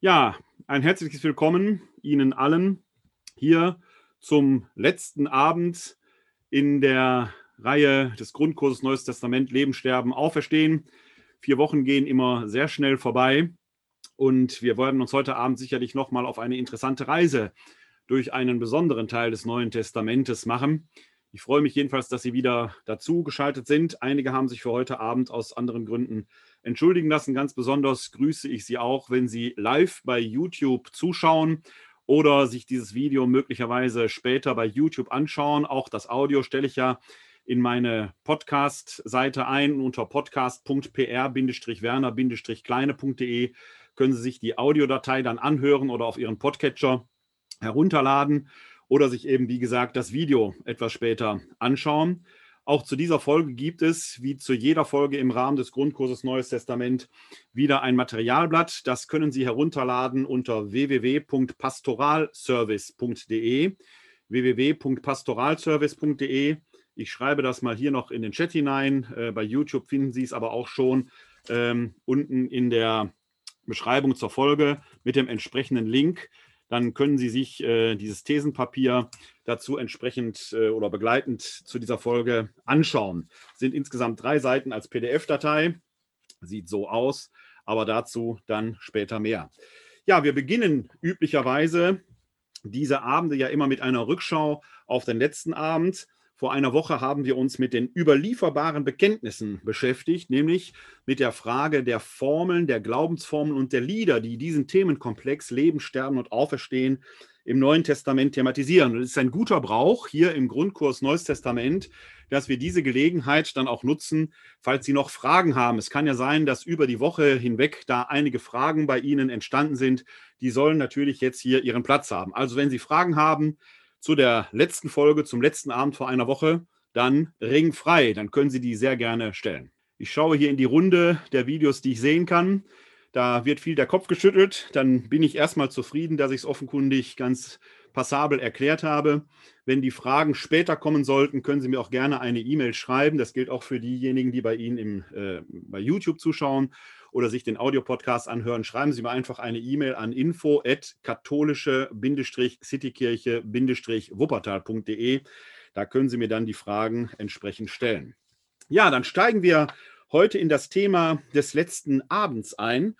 Ja, ein herzliches Willkommen Ihnen allen hier zum letzten Abend in der Reihe des Grundkurses Neues Testament, Leben, Sterben, Auferstehen. 4 Wochen gehen immer sehr schnell vorbei und wir werden uns heute Abend sicherlich nochmal auf eine interessante Reise durch einen besonderen Teil des Neuen Testamentes machen. Ich freue mich jedenfalls, dass Sie wieder dazu geschaltet sind. Einige haben sich für heute Abend aus anderen Gründen entschuldigen lassen. Ganz besonders grüße ich Sie auch, wenn Sie live bei YouTube zuschauen oder sich dieses Video möglicherweise später bei YouTube anschauen. Auch das Audio stelle ich ja in meine Podcast-Seite ein. Unter podcast.pr-werner-kleine.de können Sie sich die Audiodatei dann anhören oder auf Ihren Podcatcher herunterladen oder sich eben, wie gesagt, das Video etwas später anschauen. Auch zu dieser Folge gibt es, wie zu jeder Folge im Rahmen des Grundkurses Neues Testament, wieder ein Materialblatt. Das können Sie herunterladen unter www.pastoralservice.de. www.pastoralservice.de. Ich schreibe das mal hier noch in den Chat hinein. Bei YouTube finden Sie es aber auch schon unten in der Beschreibung zur Folge mit dem entsprechenden Link. Dann können Sie sich dieses Thesenpapier dazu entsprechend oder begleitend zu dieser Folge anschauen. Es sind insgesamt 3 Seiten als PDF-Datei. Sieht so aus, aber dazu dann später mehr. Ja, wir beginnen üblicherweise diese Abende ja immer mit einer Rückschau auf den letzten Abend. Vor einer Woche haben wir uns mit den überlieferbaren Bekenntnissen beschäftigt, nämlich mit der Frage der Formeln, der Glaubensformeln und der Lieder, die diesen Themenkomplex Leben, Sterben und Auferstehen im Neuen Testament thematisieren. Und es ist ein guter Brauch hier im Grundkurs Neues Testament, dass wir diese Gelegenheit dann auch nutzen, falls Sie noch Fragen haben. Es kann ja sein, dass über die Woche hinweg da einige Fragen bei Ihnen entstanden sind. Die sollen natürlich jetzt hier ihren Platz haben. Also wenn Sie Fragen haben zu der letzten Folge, zum letzten Abend vor einer Woche, dann ringfrei. Dann können Sie die sehr gerne stellen. Ich schaue hier in die Runde der Videos, die ich sehen kann. Da wird viel der Kopf geschüttelt. Dann bin ich erstmal zufrieden, dass ich es offenkundig ganz passabel erklärt habe. Wenn die Fragen später kommen sollten, können Sie mir auch gerne eine E-Mail schreiben. Das gilt auch für diejenigen, die bei Ihnen bei YouTube zuschauen oder sich den Audiopodcast anhören. Schreiben Sie mir einfach eine E-Mail an info@katholische-citykirche-wuppertal.de. Da können Sie mir dann die Fragen entsprechend stellen. Ja, dann steigen wir heute in das Thema des letzten Abends ein.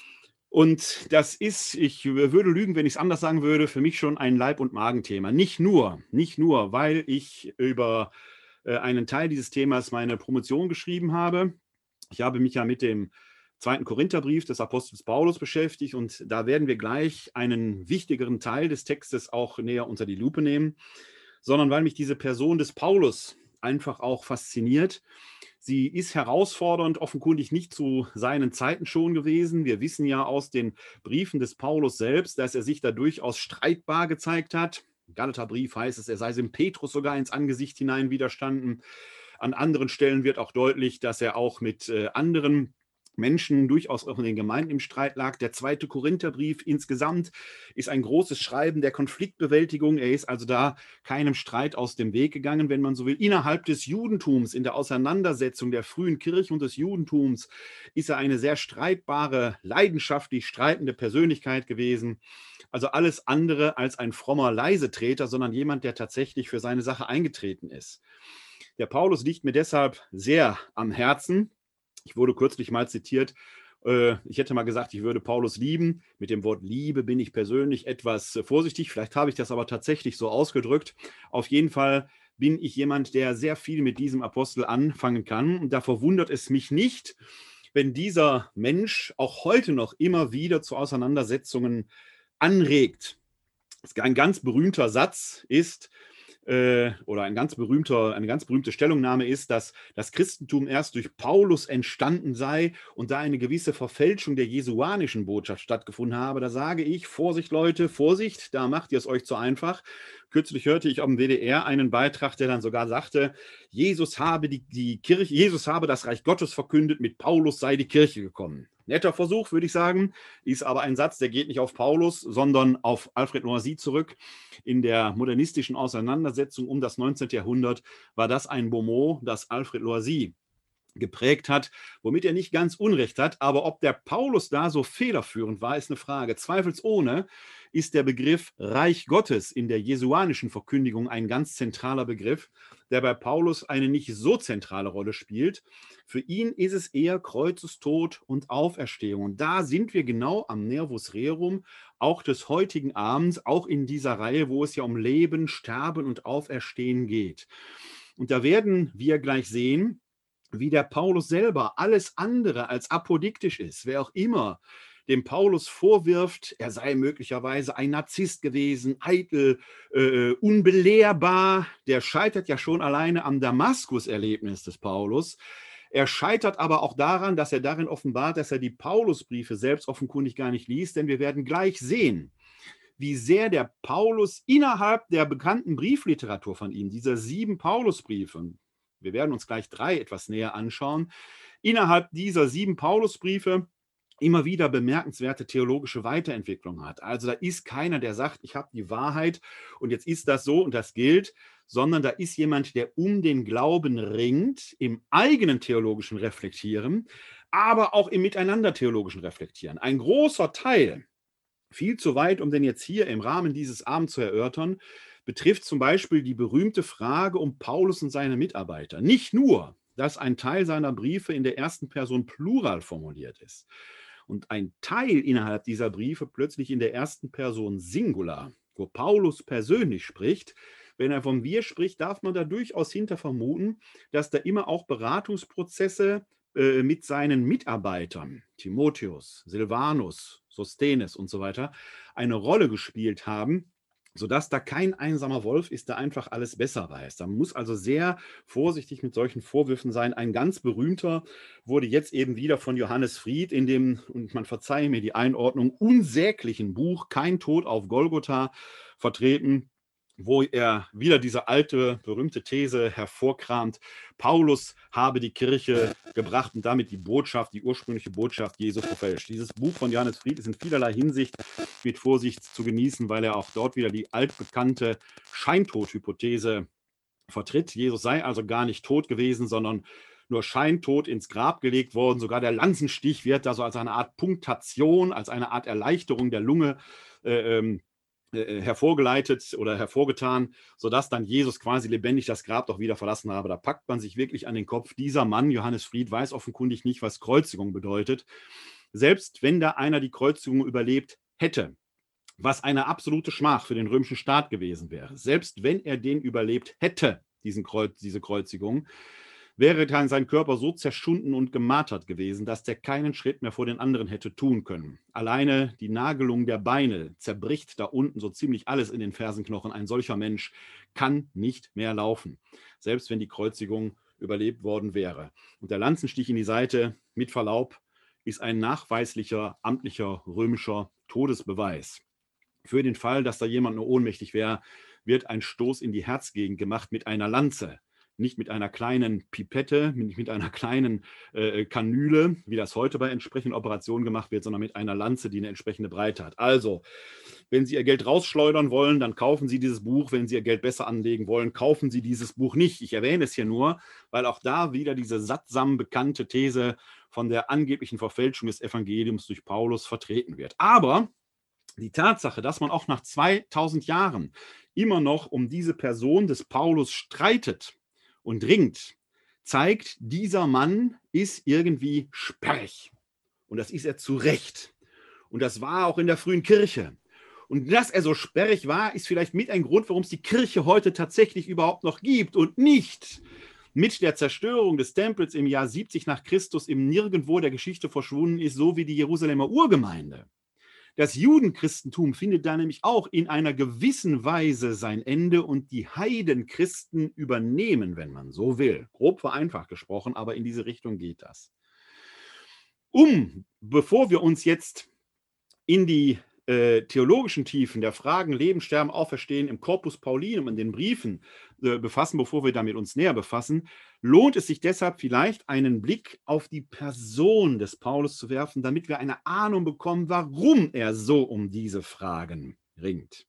Und das ist, ich würde lügen, wenn ich es anders sagen würde, für mich schon ein Leib- und Magenthema. Nicht nur, weil ich über einen Teil dieses Themas meine Promotion geschrieben habe. Ich habe mich ja mit dem 2. Korintherbrief des Apostels Paulus beschäftigt und da werden wir gleich einen wichtigeren Teil des Textes auch näher unter die Lupe nehmen, sondern weil mich diese Person des Paulus einfach auch fasziniert. Sie ist herausfordernd, offenkundig nicht zu seinen Zeiten schon gewesen. Wir wissen ja aus den Briefen des Paulus selbst, dass er sich da durchaus streitbar gezeigt hat. Im Galaterbrief heißt es, er sei dem Petrus sogar ins Angesicht hinein widerstanden. An anderen Stellen wird auch deutlich, dass er auch mit anderen Menschen durchaus auch in den Gemeinden im Streit lag. Der 2. Korintherbrief insgesamt ist ein großes Schreiben der Konfliktbewältigung. Er ist also da keinem Streit aus dem Weg gegangen, wenn man so will. Innerhalb des Judentums, in der Auseinandersetzung der frühen Kirche und des Judentums, ist er eine sehr streitbare, leidenschaftlich streitende Persönlichkeit gewesen. Also alles andere als ein frommer Leisetreter, sondern jemand, der tatsächlich für seine Sache eingetreten ist. Der Paulus liegt mir deshalb sehr am Herzen. Ich wurde kürzlich mal zitiert, ich hätte mal gesagt, ich würde Paulus lieben. Mit dem Wort Liebe bin ich persönlich etwas vorsichtig. Vielleicht habe ich das aber tatsächlich so ausgedrückt. Auf jeden Fall bin ich jemand, der sehr viel mit diesem Apostel anfangen kann. Und da verwundert es mich nicht, wenn dieser Mensch auch heute noch immer wieder zu Auseinandersetzungen anregt. Ein ganz berühmter Satz ist, oder eine ganz berühmte Stellungnahme ist, dass das Christentum erst durch Paulus entstanden sei und da eine gewisse Verfälschung der jesuanischen Botschaft stattgefunden habe. Da sage ich, Vorsicht Leute, Vorsicht, da macht ihr es euch zu einfach. Kürzlich hörte ich auf dem WDR einen Beitrag, der dann sogar sagte, Jesus habe das Reich Gottes verkündet, mit Paulus sei die Kirche gekommen. Netter Versuch, würde ich sagen, ist aber ein Satz, der geht nicht auf Paulus, sondern auf Alfred Loisy zurück. In der modernistischen Auseinandersetzung um das 19. Jahrhundert war das ein Bonmot, das Alfred Loisy geprägt hat, womit er nicht ganz Unrecht hat. Aber ob der Paulus da so federführend war, ist eine Frage. Zweifelsohne ist der Begriff Reich Gottes in der jesuanischen Verkündigung ein ganz zentraler Begriff, der bei Paulus eine nicht so zentrale Rolle spielt. Für ihn ist es eher Kreuzestod und Auferstehung. Und da sind wir genau am Nervus rerum, auch des heutigen Abends, auch in dieser Reihe, wo es ja um Leben, Sterben und Auferstehen geht. Und da werden wir gleich sehen, wie der Paulus selber alles andere als apodiktisch ist. Wer auch immer dem Paulus vorwirft, er sei möglicherweise ein Narzisst gewesen, eitel, unbelehrbar, der scheitert ja schon alleine am Damaskus-Erlebnis des Paulus. Er scheitert aber auch daran, dass er darin offenbart, dass er die Paulusbriefe selbst offenkundig gar nicht liest, denn wir werden gleich sehen, wie sehr der Paulus innerhalb der bekannten Briefliteratur von ihm, dieser 7 Paulusbriefe, wir werden uns gleich 3 etwas näher anschauen, innerhalb dieser 7 Paulusbriefe immer wieder bemerkenswerte theologische Weiterentwicklung hat. Also da ist keiner, der sagt, ich habe die Wahrheit und jetzt ist das so und das gilt, sondern da ist jemand, der um den Glauben ringt, im eigenen theologischen Reflektieren, aber auch im Miteinander theologischen Reflektieren. Ein großer Teil, viel zu weit, um den jetzt hier im Rahmen dieses Abends zu erörtern, betrifft zum Beispiel die berühmte Frage um Paulus und seine Mitarbeiter. Nicht nur, dass ein Teil seiner Briefe in der ersten Person Plural formuliert ist und ein Teil innerhalb dieser Briefe plötzlich in der ersten Person Singular, wo Paulus persönlich spricht. Wenn er vom Wir spricht, darf man da durchaus hinter vermuten, dass da immer auch Beratungsprozesse mit seinen Mitarbeitern, Timotheus, Silvanus, Sosthenes und so weiter, eine Rolle gespielt haben, sodass da kein einsamer Wolf ist, der einfach alles besser weiß. Da muss also sehr vorsichtig mit solchen Vorwürfen sein. Ein ganz berühmter wurde jetzt eben wieder von Johannes Fried in dem, und man verzeihe mir die Einordnung, unsäglichen Buch Kein Tod auf Golgotha vertreten, wo er wieder diese alte, berühmte These hervorkramt, Paulus habe die Kirche gebracht und damit die Botschaft, die ursprüngliche Botschaft Jesu verfälscht. Dieses Buch von Johannes Fried ist in vielerlei Hinsicht mit Vorsicht zu genießen, weil er auch dort wieder die altbekannte Scheintodhypothese vertritt. Jesus sei also gar nicht tot gewesen, sondern nur scheintot ins Grab gelegt worden. Sogar der Lanzenstich wird da so als eine Art Punktation, als eine Art Erleichterung der Lunge hervorgeleitet oder hervorgetan, sodass dann Jesus quasi lebendig das Grab doch wieder verlassen habe. Da packt man sich wirklich an den Kopf. Dieser Mann, Johannes Fried, weiß offenkundig nicht, was Kreuzigung bedeutet. Selbst wenn da einer die Kreuzigung überlebt hätte, was eine absolute Schmach für den römischen Staat gewesen wäre, selbst wenn er den überlebt hätte, diese Kreuzigung, wäre dann sein Körper so zerschunden und gemartert gewesen, dass der keinen Schritt mehr vor den anderen hätte tun können. Alleine die Nagelung der Beine zerbricht da unten so ziemlich alles in den Fersenknochen. Ein solcher Mensch kann nicht mehr laufen, selbst wenn die Kreuzigung überlebt worden wäre. Und der Lanzenstich in die Seite, mit Verlaub, ist ein nachweislicher amtlicher römischer Todesbeweis. Für den Fall, dass da jemand nur ohnmächtig wäre, wird ein Stoß in die Herzgegend gemacht mit einer Lanze. Nicht mit einer kleinen Pipette, nicht mit einer kleinen Kanüle, wie das heute bei entsprechenden Operationen gemacht wird, sondern mit einer Lanze, die eine entsprechende Breite hat. Also, wenn Sie Ihr Geld rausschleudern wollen, dann kaufen Sie dieses Buch. Wenn Sie Ihr Geld besser anlegen wollen, kaufen Sie dieses Buch nicht. Ich erwähne es hier nur, weil auch da wieder diese sattsam bekannte These von der angeblichen Verfälschung des Evangeliums durch Paulus vertreten wird. Aber die Tatsache, dass man auch nach 2000 Jahren immer noch um diese Person des Paulus streitet und ringt, zeigt, dieser Mann ist irgendwie sperrig. Und das ist er zu Recht. Und das war auch in der frühen Kirche. Und dass er so sperrig war, ist vielleicht mit ein Grund, warum es die Kirche heute tatsächlich überhaupt noch gibt und nicht mit der Zerstörung des Tempels im Jahr 70 nach Christus im Nirgendwo der Geschichte verschwunden ist, so wie die Jerusalemer Urgemeinde. Das Judenchristentum findet da nämlich auch in einer gewissen Weise sein Ende und die Heidenchristen übernehmen, wenn man so will. Grob vereinfacht gesprochen, aber in diese Richtung geht das. Bevor wir uns jetzt in die theologischen Tiefen der Fragen Leben, Sterben, Auferstehen im Corpus Paulinum, in den Briefen befassen, bevor wir damit uns näher befassen, lohnt es sich deshalb vielleicht einen Blick auf die Person des Paulus zu werfen, damit wir eine Ahnung bekommen, warum er so um diese Fragen ringt.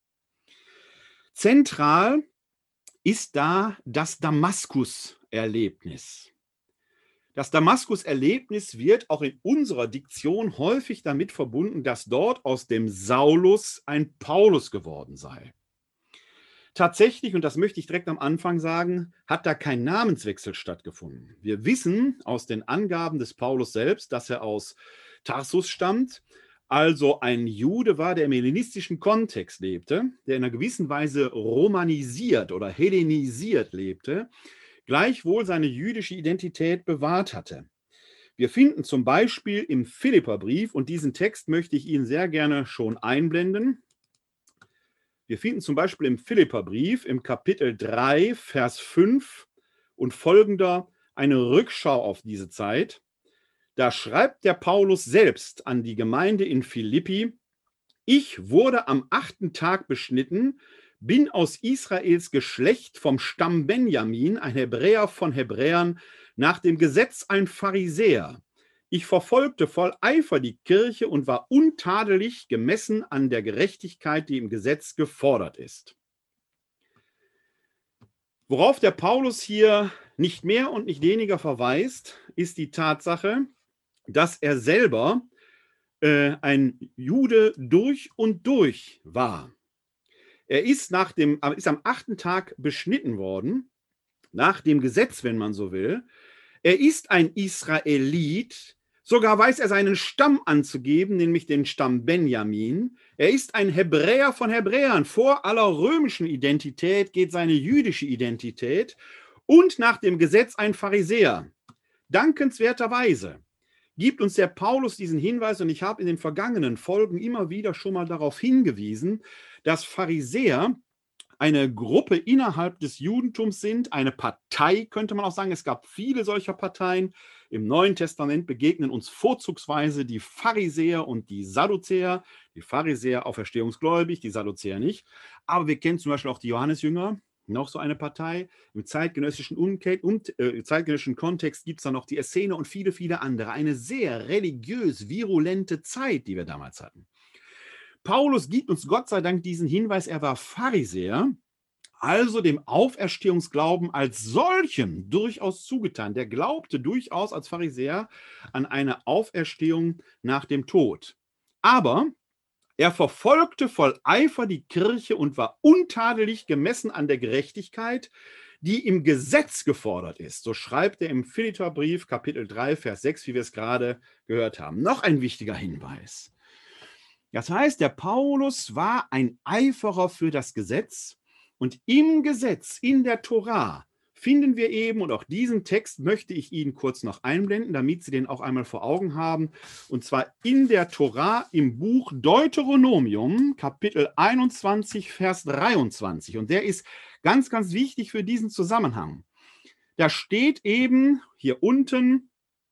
Zentral ist da das Damaskus-Erlebnis. Das Damaskus-Erlebnis wird auch in unserer Diktion häufig damit verbunden, dass dort aus dem Saulus ein Paulus geworden sei. Tatsächlich, und das möchte ich direkt am Anfang sagen, hat da kein Namenswechsel stattgefunden. Wir wissen aus den Angaben des Paulus selbst, dass er aus Tarsus stammt, also ein Jude war, der im hellenistischen Kontext lebte, der in einer gewissen Weise romanisiert oder hellenisiert lebte, gleichwohl seine jüdische Identität bewahrt hatte. Wir finden zum Beispiel im Philipperbrief, und diesen Text möchte ich Ihnen sehr gerne schon einblenden, wir finden zum Beispiel im Philipperbrief im Kapitel 3, Vers 5 und folgender eine Rückschau auf diese Zeit. Da schreibt der Paulus selbst an die Gemeinde in Philippi: Ich wurde am 8. Tag beschnitten, bin aus Israels Geschlecht vom Stamm Benjamin, ein Hebräer von Hebräern, nach dem Gesetz ein Pharisäer. Ich verfolgte voll Eifer die Kirche und war untadelig gemessen an der Gerechtigkeit, die im Gesetz gefordert ist. Worauf der Paulus hier nicht mehr und nicht weniger verweist, ist die Tatsache, dass er selber ein Jude durch und durch war. Er ist am 8. Tag beschnitten worden, nach dem Gesetz, wenn man so will. Er ist ein Israelit, sogar weiß er seinen Stamm anzugeben, nämlich den Stamm Benjamin. Er ist ein Hebräer von Hebräern. Vor aller römischen Identität geht seine jüdische Identität. Und nach dem Gesetz ein Pharisäer. Dankenswerterweise gibt uns der Paulus diesen Hinweis, und ich habe in den vergangenen Folgen immer wieder schon mal darauf hingewiesen, dass Pharisäer eine Gruppe innerhalb des Judentums sind, eine Partei, könnte man auch sagen. Es gab viele solcher Parteien. Im Neuen Testament begegnen uns vorzugsweise die Pharisäer und die Sadduzäer. Die Pharisäer auferstehungsgläubig, die Sadduzäer nicht. Aber wir kennen zum Beispiel auch die Johannesjünger, noch so eine Partei. Im zeitgenössischen Kontext gibt es dann noch die Essene und viele, viele andere. Eine sehr religiös virulente Zeit, die wir damals hatten. Paulus gibt uns Gott sei Dank diesen Hinweis, er war Pharisäer, also dem Auferstehungsglauben als solchen durchaus zugetan. Der glaubte durchaus als Pharisäer an eine Auferstehung nach dem Tod. Aber er verfolgte voll Eifer die Kirche und war untadelig gemessen an der Gerechtigkeit, die im Gesetz gefordert ist. So schreibt er im Philipperbrief, Kapitel 3, Vers 6, wie wir es gerade gehört haben. Noch ein wichtiger Hinweis. Das heißt, der Paulus war ein Eiferer für das Gesetz, und im Gesetz, in der Tora, finden wir eben, und auch diesen Text möchte ich Ihnen kurz noch einblenden, damit Sie den auch einmal vor Augen haben, und zwar in der Tora im Buch Deuteronomium, Kapitel 21, Vers 23. Und der ist ganz, ganz wichtig für diesen Zusammenhang. Da steht eben hier unten,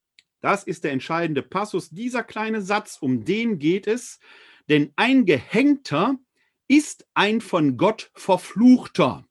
das ist der entscheidende Passus, dieser kleine Satz, um den geht es, denn ein Gehängter ist ein von Gott Verfluchter.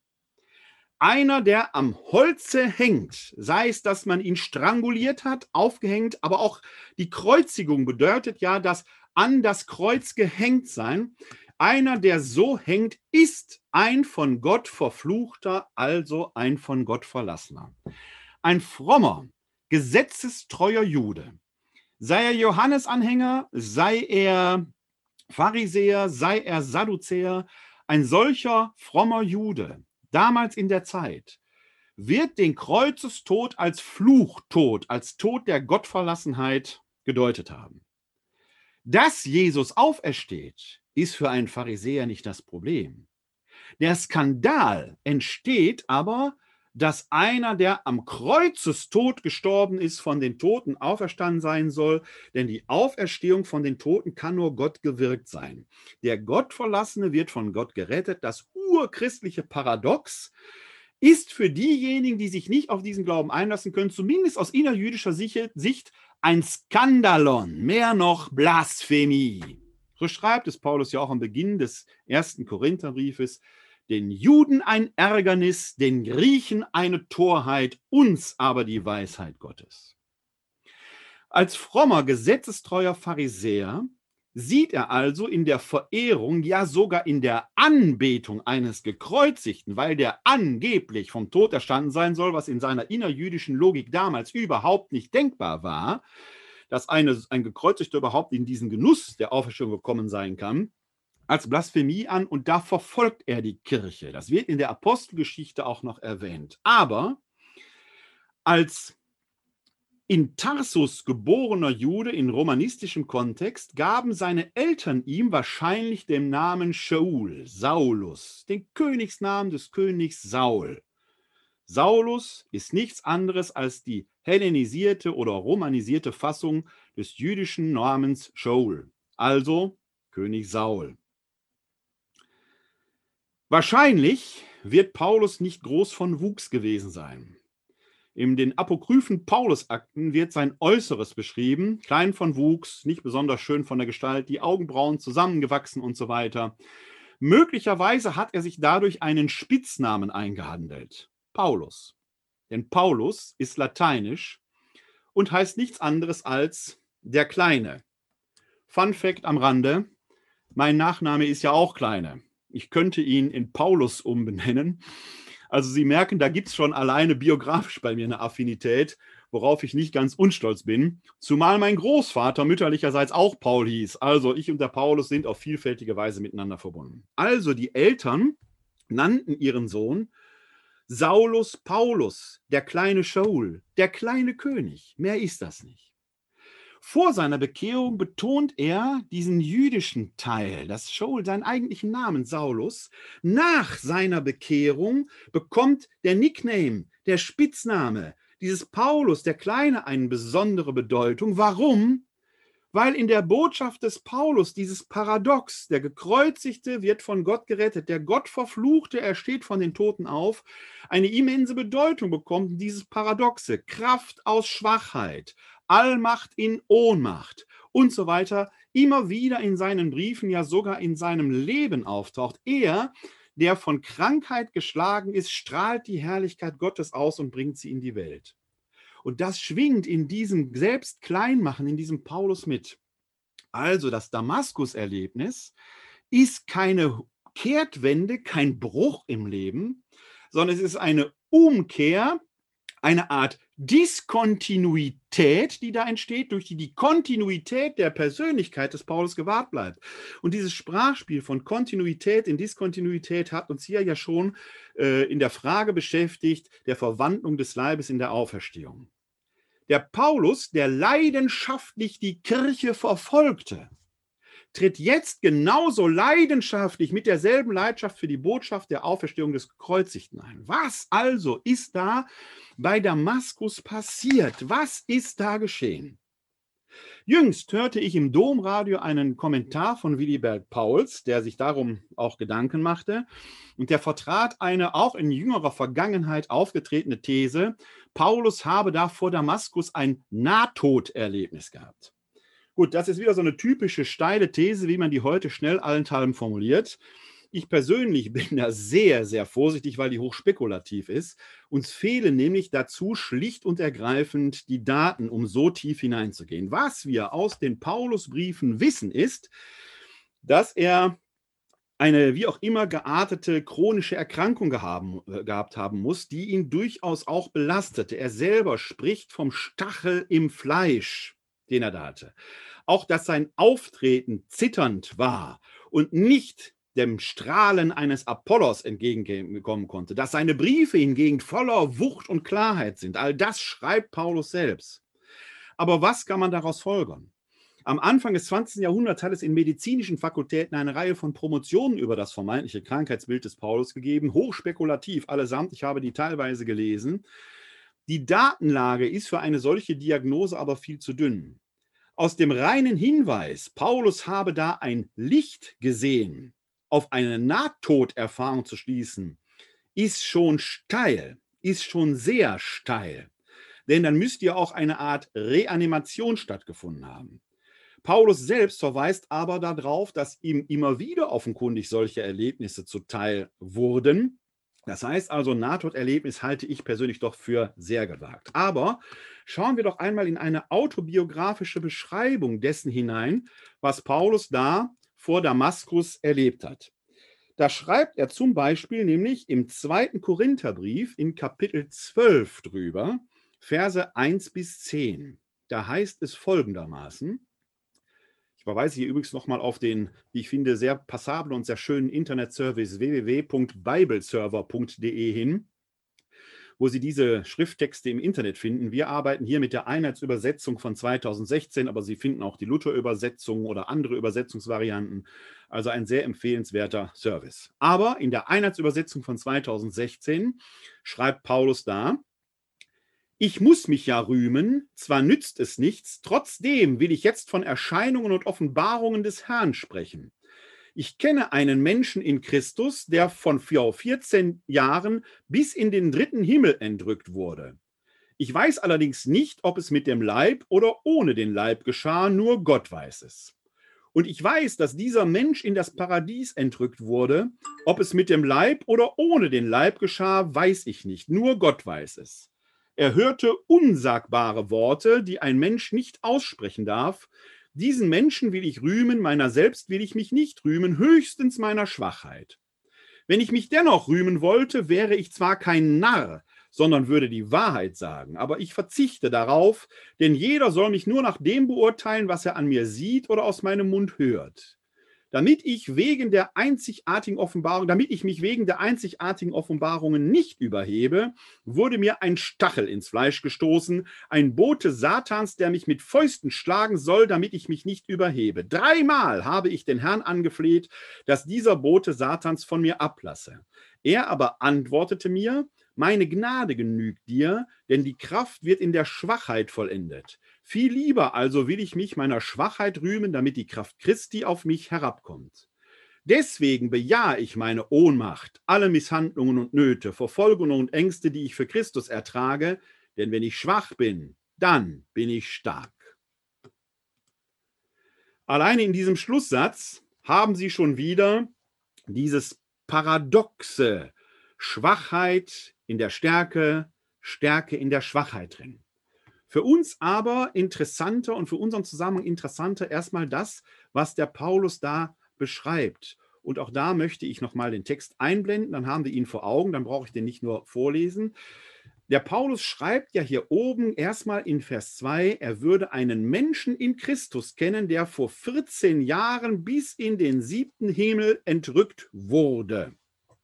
Einer, der am Holze hängt, sei es, dass man ihn stranguliert hat, aufgehängt, aber auch die Kreuzigung bedeutet ja, dass an das Kreuz gehängt sein. Einer, der so hängt, ist ein von Gott Verfluchter, also ein von Gott Verlassener. Ein frommer, gesetzestreuer Jude, sei er Johannesanhänger, sei er Pharisäer, sei er Sadduzäer, ein solcher frommer Jude, damals in der Zeit, wird den Kreuzestod als Fluchtod, als Tod der Gottverlassenheit gedeutet haben. Dass Jesus aufersteht, ist für einen Pharisäer nicht das Problem. Der Skandal entsteht aber, dass einer, der am Kreuzestod gestorben ist, von den Toten auferstanden sein soll, denn die Auferstehung von den Toten kann nur Gott gewirkt sein. Der Gottverlassene wird von Gott gerettet. Das urchristliche Paradox ist für diejenigen, die sich nicht auf diesen Glauben einlassen können, zumindest aus innerjüdischer Sicht ein Skandalon, mehr noch Blasphemie. So schreibt es Paulus ja auch am Beginn des 1. Korintherbriefes: Den Juden ein Ärgernis, den Griechen eine Torheit, uns aber die Weisheit Gottes. Als frommer, gesetzestreuer Pharisäer sieht er also in der Verehrung, ja sogar in der Anbetung eines Gekreuzigten, weil der angeblich vom Tod erstanden sein soll, was in seiner innerjüdischen Logik damals überhaupt nicht denkbar war, dass ein Gekreuzigter überhaupt in diesen Genuss der Auferstehung gekommen sein kann, als Blasphemie an, und da verfolgt er die Kirche. Das wird in der Apostelgeschichte auch noch erwähnt. Aber als in Tarsus geborener Jude in romanistischem Kontext gaben seine Eltern ihm wahrscheinlich den Namen Shaul, Saulus, den Königsnamen des Königs Saul. Saulus ist nichts anderes als die hellenisierte oder romanisierte Fassung des jüdischen Namens Shaul, also König Saul. Wahrscheinlich wird Paulus nicht groß von Wuchs gewesen sein. In den apokryphen Paulusakten wird sein Äußeres beschrieben, klein von Wuchs, nicht besonders schön von der Gestalt, die Augenbrauen zusammengewachsen und so weiter. Möglicherweise hat er sich dadurch einen Spitznamen eingehandelt, Paulus. Denn Paulus ist lateinisch und heißt nichts anderes als der Kleine. Fun Fact am Rande, mein Nachname ist ja auch Kleine. Ich könnte ihn in Paulus umbenennen. Also Sie merken, da gibt es schon alleine biografisch bei mir eine Affinität, worauf ich nicht ganz unstolz bin. Zumal mein Großvater mütterlicherseits auch Paul hieß. Also ich und der Paulus sind auf vielfältige Weise miteinander verbunden. Also die Eltern nannten ihren Sohn Saulus Paulus, der kleine Shaul, der kleine König. Mehr ist das nicht. Vor seiner Bekehrung betont er diesen jüdischen Teil, dass Shaul seinen eigentlichen Namen Saulus. Nach seiner Bekehrung bekommt der Nickname, der Spitzname, dieses Paulus, der Kleine, eine besondere Bedeutung. Warum? Weil in der Botschaft des Paulus dieses Paradox, der Gekreuzigte wird von Gott gerettet, der Gottverfluchte, er steht von den Toten auf, eine immense Bedeutung bekommt, dieses Paradoxe, Kraft aus Schwachheit, Allmacht in Ohnmacht und so weiter, immer wieder in seinen Briefen, ja sogar in seinem Leben auftaucht. Er, der von Krankheit geschlagen ist, strahlt die Herrlichkeit Gottes aus und bringt sie in die Welt. Und das schwingt in diesem Selbstkleinmachen, in diesem Paulus mit. Also das Damaskus-Erlebnis ist keine Kehrtwende, kein Bruch im Leben, sondern es ist eine Umkehr, eine Art Diskontinuität, die da entsteht, durch die Kontinuität der Persönlichkeit des Paulus gewahrt bleibt. Und dieses Sprachspiel von Kontinuität in Diskontinuität hat uns hier ja schon in der Frage beschäftigt, der Verwandlung des Leibes in der Auferstehung. Der Paulus, der leidenschaftlich die Kirche verfolgte, tritt jetzt genauso leidenschaftlich mit derselben Leidenschaft für die Botschaft der Auferstehung des Gekreuzigten ein. Was also ist da bei Damaskus passiert? Was ist da geschehen? Jüngst hörte ich im Domradio einen Kommentar von Willibald Pauls, der sich darum auch Gedanken machte, und der vertrat eine auch in jüngerer Vergangenheit aufgetretene These, Paulus habe da vor Damaskus ein Nahtoderlebnis gehabt. Gut, das ist wieder so eine typische steile These, wie man die heute schnell allenthalben formuliert. Ich persönlich bin da sehr, sehr vorsichtig, weil die hochspekulativ ist. Uns fehlen nämlich dazu schlicht und ergreifend die Daten, um so tief hineinzugehen. Was wir aus den Paulusbriefen wissen, ist, dass er eine wie auch immer geartete chronische Erkrankung gehabt haben muss, die ihn durchaus auch belastete. Er selber spricht vom Stachel im Fleisch, den er da hatte. Auch, dass sein Auftreten zitternd war und nicht dem Strahlen eines Apollos entgegenkommen konnte, dass seine Briefe hingegen voller Wucht und Klarheit sind. All das schreibt Paulus selbst. Aber was kann man daraus folgern? Am Anfang des 20. Jahrhunderts hat es in medizinischen Fakultäten eine Reihe von Promotionen über das vermeintliche Krankheitsbild des Paulus gegeben, hochspekulativ allesamt. Ich habe die teilweise gelesen. Die Datenlage ist für eine solche Diagnose aber viel zu dünn. Aus dem reinen Hinweis, Paulus habe da ein Licht gesehen, auf eine Nahtoderfahrung zu schließen, ist schon steil, ist schon sehr steil. Denn dann müsste ja auch eine Art Reanimation stattgefunden haben. Paulus selbst verweist aber darauf, dass ihm immer wieder offenkundig solche Erlebnisse zuteil wurden, Das heißt also, Nahtoderlebnis halte ich persönlich doch für sehr gewagt. Aber schauen wir doch einmal in eine autobiografische Beschreibung dessen hinein, was Paulus da vor Damaskus erlebt hat. Da schreibt er zum Beispiel nämlich im 2. Korintherbrief in Kapitel 12 drüber, Verse 1 bis 10. Da heißt es folgendermaßen: Ich verweise hier übrigens nochmal auf den, wie ich finde, sehr passablen und sehr schönen Internetservice www.bibleserver.de hin, wo Sie diese Schrifttexte im Internet finden. Wir arbeiten hier mit der Einheitsübersetzung von 2016, aber Sie finden auch die Luther-Übersetzung oder andere Übersetzungsvarianten. Also ein sehr empfehlenswerter Service. Aber in der Einheitsübersetzung von 2016 schreibt Paulus da: Ich muss mich ja rühmen, zwar nützt es nichts, trotzdem will ich jetzt von Erscheinungen und Offenbarungen des Herrn sprechen. Ich kenne einen Menschen in Christus, der von 14 Jahren bis in den 3. Himmel entrückt wurde. Ich weiß allerdings nicht, ob es mit dem Leib oder ohne den Leib geschah, nur Gott weiß es. Und ich weiß, dass dieser Mensch in das Paradies entrückt wurde. Ob es mit dem Leib oder ohne den Leib geschah, weiß ich nicht, nur Gott weiß es. Er hörte unsagbare Worte, die ein Mensch nicht aussprechen darf. Diesen Menschen will ich rühmen, meiner selbst will ich mich nicht rühmen, höchstens meiner Schwachheit. Wenn ich mich dennoch rühmen wollte, wäre ich zwar kein Narr, sondern würde die Wahrheit sagen, aber ich verzichte darauf, denn jeder soll mich nur nach dem beurteilen, was er an mir sieht oder aus meinem Mund hört. Damit ich mich wegen der einzigartigen Offenbarungen nicht überhebe, wurde mir ein Stachel ins Fleisch gestoßen, ein Bote Satans, der mich mit Fäusten schlagen soll, damit ich mich nicht überhebe. 3-mal habe ich den Herrn angefleht, dass dieser Bote Satans von mir ablasse. Er aber antwortete mir: Meine Gnade genügt dir, denn die Kraft wird in der Schwachheit vollendet. Viel lieber also will ich mich meiner Schwachheit rühmen, damit die Kraft Christi auf mich herabkommt. Deswegen bejahe ich meine Ohnmacht, alle Misshandlungen und Nöte, Verfolgungen und Ängste, die ich für Christus ertrage, denn wenn ich schwach bin, dann bin ich stark. Alleine in diesem Schlusssatz haben Sie schon wieder dieses paradoxe: Schwachheit in der Stärke, Stärke in der Schwachheit drin. Für uns aber interessanter und für unseren Zusammenhang interessanter erstmal das, was der Paulus da beschreibt. Und auch da möchte ich nochmal den Text einblenden, dann haben wir ihn vor Augen, dann brauche ich den nicht nur vorlesen. Der Paulus schreibt ja hier oben erstmal in Vers 2, er würde einen Menschen in Christus kennen, der vor 14 Jahren bis in den 7. Himmel entrückt wurde.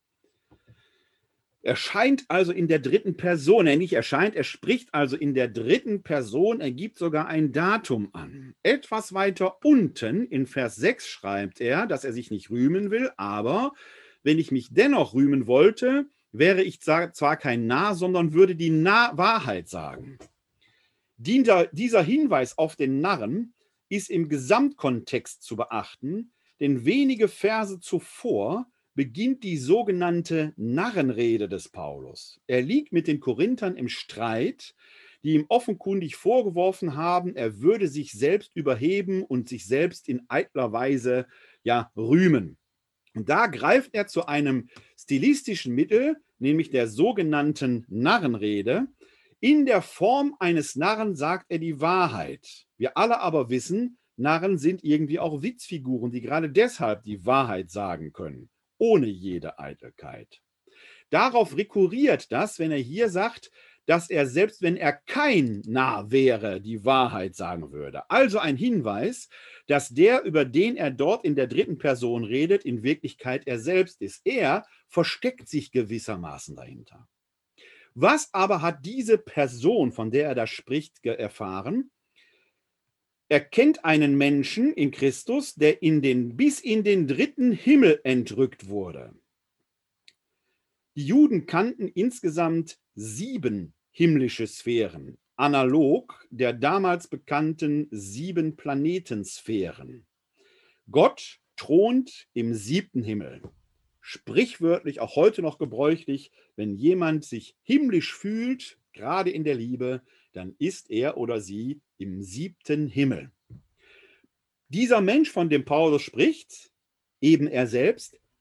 Er scheint also in der 3. Person, er spricht also in der 3. Person, er gibt sogar ein Datum an. Etwas weiter unten in Vers 6 schreibt er, dass er sich nicht rühmen will, aber wenn ich mich dennoch rühmen wollte, wäre ich zwar kein Narr, sondern würde die Wahrheit sagen. Dieser Hinweis auf den Narren ist im Gesamtkontext zu beachten, denn wenige Verse zuvor beginnt die sogenannte Narrenrede des Paulus. Er liegt mit den Korinthern im Streit, die ihm offenkundig vorgeworfen haben, er würde sich selbst überheben und sich selbst in eitler Weise rühmen. Und da greift er zu einem stilistischen Mittel, nämlich der sogenannten Narrenrede. In der Form eines Narren sagt er die Wahrheit. Wir alle aber wissen, Narren sind irgendwie auch Witzfiguren, die gerade deshalb die Wahrheit sagen können, ohne jede Eitelkeit. Darauf rekurriert das, wenn er hier sagt, dass er selbst, wenn er kein Narr wäre, die Wahrheit sagen würde. Also ein Hinweis, dass der, über den er dort in der 3. Person redet, in Wirklichkeit er selbst ist. Er versteckt sich gewissermaßen dahinter. Was aber hat diese Person, von der er da spricht, erfahren? Er kennt einen Menschen in Christus, der bis in den 3. Himmel entrückt wurde. Die Juden kannten insgesamt 7 himmlische Sphären, analog der damals bekannten 7 Planetensphären. Gott thront im 7. Himmel. Sprichwörtlich auch heute noch gebräuchlich, wenn jemand sich himmlisch fühlt, gerade in der Liebe, dann ist er oder sie im 7. Himmel. Dieser Mensch, von dem Paulus spricht, eben er selbst,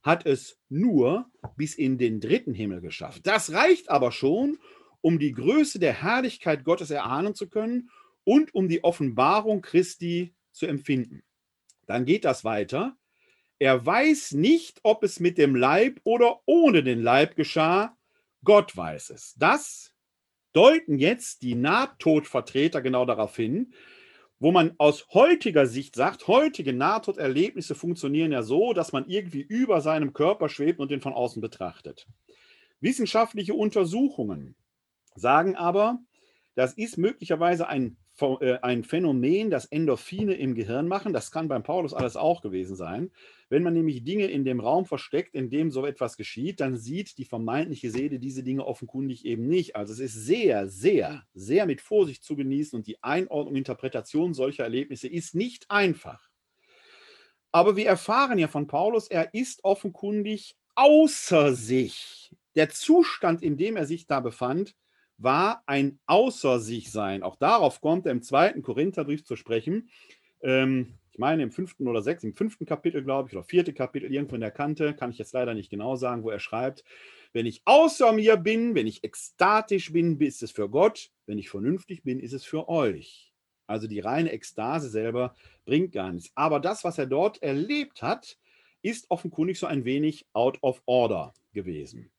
hat es nur bis in den 3. Himmel geschafft. Das reicht aber schon, um die Größe der Herrlichkeit Gottes erahnen zu können und um die Offenbarung Christi zu empfinden. Dann geht das weiter. Er weiß nicht, ob es mit dem Leib oder ohne den Leib geschah. Gott weiß es. Das deuten jetzt die Nahtodvertreter genau darauf hin, wo man aus heutiger Sicht sagt, heutige Nahtoderlebnisse funktionieren ja so, dass man irgendwie über seinem Körper schwebt und den von außen betrachtet. Wissenschaftliche Untersuchungen sagen aber, das ist möglicherweise ein Phänomen, das Endorphine im Gehirn machen. Das kann beim Paulus alles auch gewesen sein. Wenn man nämlich Dinge in dem Raum versteckt, in dem so etwas geschieht, dann sieht die vermeintliche Seele diese Dinge offenkundig eben nicht. Also es ist sehr, sehr, sehr mit Vorsicht zu genießen und die Einordnung, Interpretation solcher Erlebnisse ist nicht einfach. Aber wir erfahren ja von Paulus, er ist offenkundig außer sich. Der Zustand, in dem er sich da befand, war ein Außer sich sein. Auch darauf kommt er im 2. Korintherbrief zu sprechen. Ich meine im 5. oder 6., im 5. Kapitel, glaube ich, oder 4. Kapitel, irgendwo in der Kante, kann ich jetzt leider nicht genau sagen, wo er schreibt, wenn ich außer mir bin, wenn ich ekstatisch bin, ist es für Gott, wenn ich vernünftig bin, ist es für euch. Also die reine Ekstase selber bringt gar nichts. Aber das, was er dort erlebt hat, ist offenkundig so ein wenig out of order gewesen.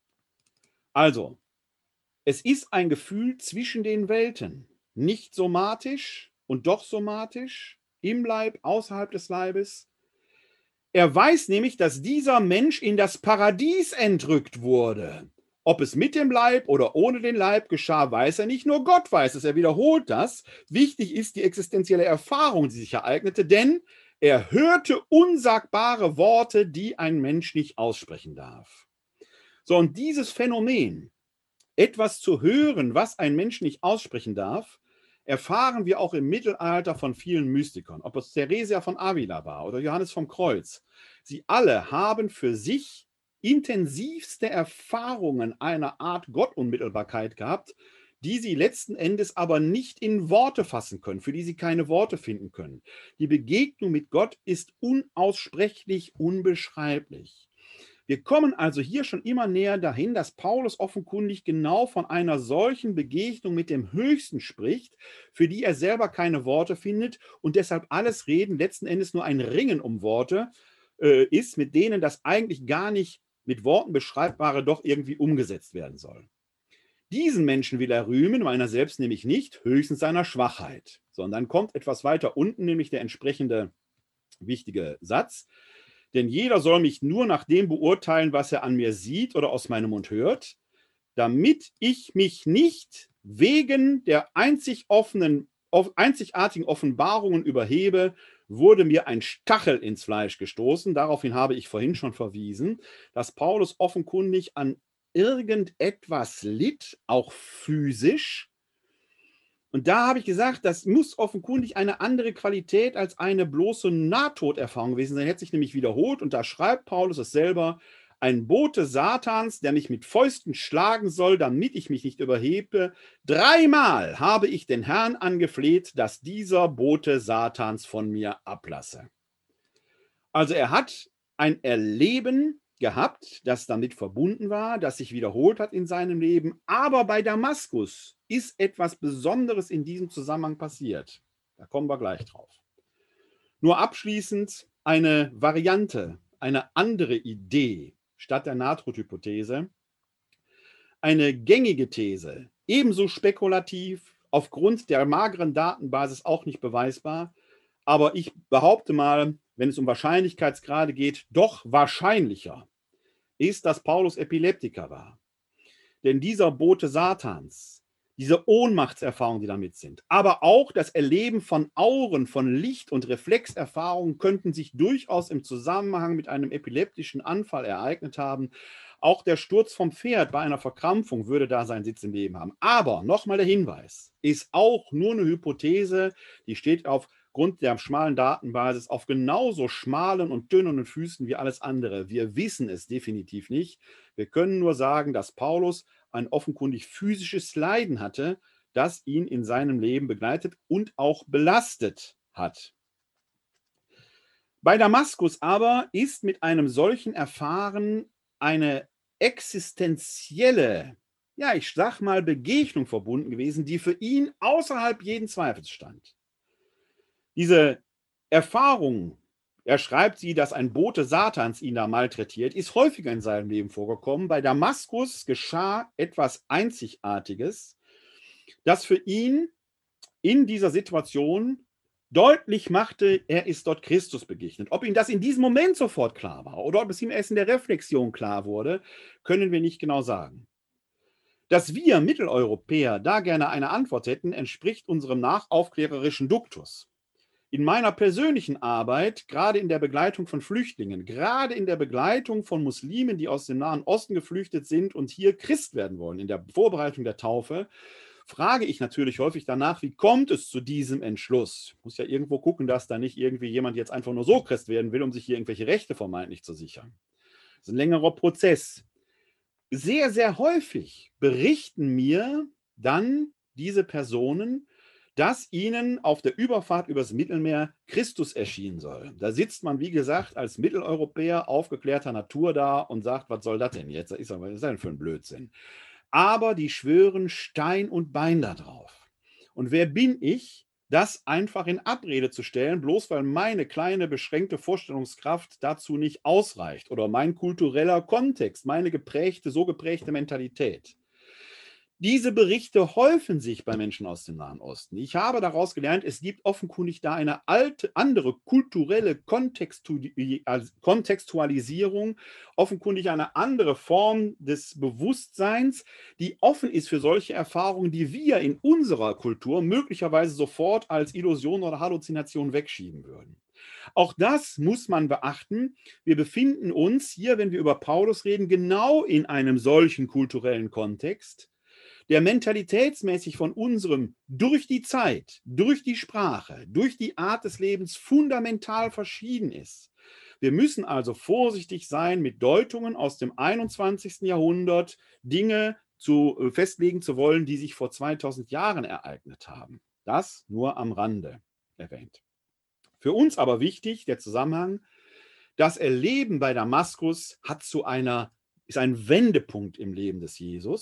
Also, es ist ein Gefühl zwischen den Welten, nicht somatisch und doch somatisch, im Leib, außerhalb des Leibes. Er weiß nämlich, dass dieser Mensch in das Paradies entrückt wurde. Ob es mit dem Leib oder ohne den Leib geschah, weiß er nicht, nur Gott weiß es. Er wiederholt das. Wichtig ist die existenzielle Erfahrung, die sich ereignete, denn er hörte unsagbare Worte, die ein Mensch nicht aussprechen darf. So, und dieses Phänomen, etwas zu hören, was ein Mensch nicht aussprechen darf, erfahren wir auch im Mittelalter von vielen Mystikern, ob es Theresia von Avila war oder Johannes vom Kreuz. Sie alle haben für sich intensivste Erfahrungen einer Art Gottunmittelbarkeit gehabt, die sie letzten Endes aber nicht in Worte fassen können, für die sie keine Worte finden können. Die Begegnung mit Gott ist unaussprechlich, unbeschreiblich. Wir kommen also hier schon immer näher dahin, dass Paulus offenkundig genau von einer solchen Begegnung mit dem Höchsten spricht, für die er selber keine Worte findet und deshalb alles Reden letzten Endes nur ein Ringen um Worte ist, mit denen das eigentlich gar nicht mit Worten beschreibbare doch irgendwie umgesetzt werden soll. Diesen Menschen will er rühmen, meiner selbst nämlich nicht, höchstens seiner Schwachheit, sondern kommt etwas weiter unten, nämlich der entsprechende wichtige Satz. Denn jeder soll mich nur nach dem beurteilen, was er an mir sieht oder aus meinem Mund hört, damit ich mich nicht wegen der einzigartigen Offenbarungen überhebe, wurde mir ein Stachel ins Fleisch gestoßen. Daraufhin habe ich vorhin schon verwiesen, dass Paulus offenkundig an irgendetwas litt, auch physisch. Und da habe ich gesagt, das muss offenkundig eine andere Qualität als eine bloße Nahtoderfahrung gewesen sein. Er hat sich nämlich wiederholt und da schreibt Paulus es selber, ein Bote Satans, der mich mit Fäusten schlagen soll, damit ich mich nicht überhebe. 3-mal habe ich den Herrn angefleht, dass dieser Bote Satans von mir ablasse. Also er hat ein Erleben gehabt, das damit verbunden war, das sich wiederholt hat in seinem Leben. Aber bei Damaskus ist etwas Besonderes in diesem Zusammenhang passiert. Da kommen wir gleich drauf. Nur abschließend eine Variante, eine andere Idee statt der Nahtodhypothese. Eine gängige These, ebenso spekulativ, aufgrund der mageren Datenbasis auch nicht beweisbar. Aber ich behaupte mal, wenn es um Wahrscheinlichkeitsgrade geht, doch wahrscheinlicher ist, dass Paulus Epileptiker war. Denn dieser Bote Satans, diese Ohnmachtserfahrungen, die damit sind, aber auch das Erleben von Auren, von Licht- und Reflexerfahrungen könnten sich durchaus im Zusammenhang mit einem epileptischen Anfall ereignet haben. Auch der Sturz vom Pferd bei einer Verkrampfung würde da seinen Sitz im Leben haben. Aber nochmal der Hinweis, ist auch nur eine Hypothese, die steht aufgrund der schmalen Datenbasis auf genauso schmalen und dünnen Füßen wie alles andere. Wir wissen es definitiv nicht. Wir können nur sagen, dass Paulus ein offenkundig physisches Leiden hatte, das ihn in seinem Leben begleitet und auch belastet hat. Bei Damaskus aber ist mit einem solchen Erfahren eine existenzielle, ja, ich sag mal, Begegnung verbunden gewesen, die für ihn außerhalb jeden Zweifels stand. Diese Erfahrung, er schreibt sie, dass ein Bote Satans ihn da malträtiert, ist häufiger in seinem Leben vorgekommen. Bei Damaskus geschah etwas Einzigartiges, das für ihn in dieser Situation deutlich machte, er ist dort Christus begegnet. Ob ihm das in diesem Moment sofort klar war oder ob es ihm erst in der Reflexion klar wurde, können wir nicht genau sagen. Dass wir Mitteleuropäer da gerne eine Antwort hätten, entspricht unserem nachaufklärerischen Duktus. In meiner persönlichen Arbeit, gerade in der Begleitung von Flüchtlingen, gerade in der Begleitung von Muslimen, die aus dem Nahen Osten geflüchtet sind und hier Christ werden wollen, in der Vorbereitung der Taufe, frage ich natürlich häufig danach, wie kommt es zu diesem Entschluss? Ich muss ja irgendwo gucken, dass da nicht irgendwie jemand jetzt einfach nur so Christ werden will, um sich hier irgendwelche Rechte vermeintlich zu sichern. Das ist ein längerer Prozess. Sehr, sehr häufig berichten mir dann diese Personen, dass ihnen auf der Überfahrt übers Mittelmeer Christus erschienen soll. Da sitzt man, wie gesagt, als Mitteleuropäer aufgeklärter Natur da und sagt, was soll das denn jetzt? Was ist das denn für ein Blödsinn? Aber die schwören Stein und Bein darauf. Und wer bin ich, das einfach in Abrede zu stellen, bloß weil meine kleine beschränkte Vorstellungskraft dazu nicht ausreicht oder mein kultureller Kontext, meine so geprägte Mentalität. Diese Berichte häufen sich bei Menschen aus dem Nahen Osten. Ich habe daraus gelernt, es gibt offenkundig da eine andere kulturelle Kontextualisierung, offenkundig eine andere Form des Bewusstseins, die offen ist für solche Erfahrungen, die wir in unserer Kultur möglicherweise sofort als Illusion oder Halluzination wegschieben würden. Auch das muss man beachten. Wir befinden uns hier, wenn wir über Paulus reden, genau in einem solchen kulturellen Kontext, der mentalitätsmäßig von unserem durch die Zeit, durch die Sprache, durch die Art des Lebens fundamental verschieden ist. Wir müssen also vorsichtig sein, mit Deutungen aus dem 21. Jahrhundert Dinge festlegen zu wollen, die sich vor 2000 Jahren ereignet haben. Das nur am Rande erwähnt. Für uns aber wichtig, der Zusammenhang, das Erleben bei Damaskus ist ein Wendepunkt im Leben des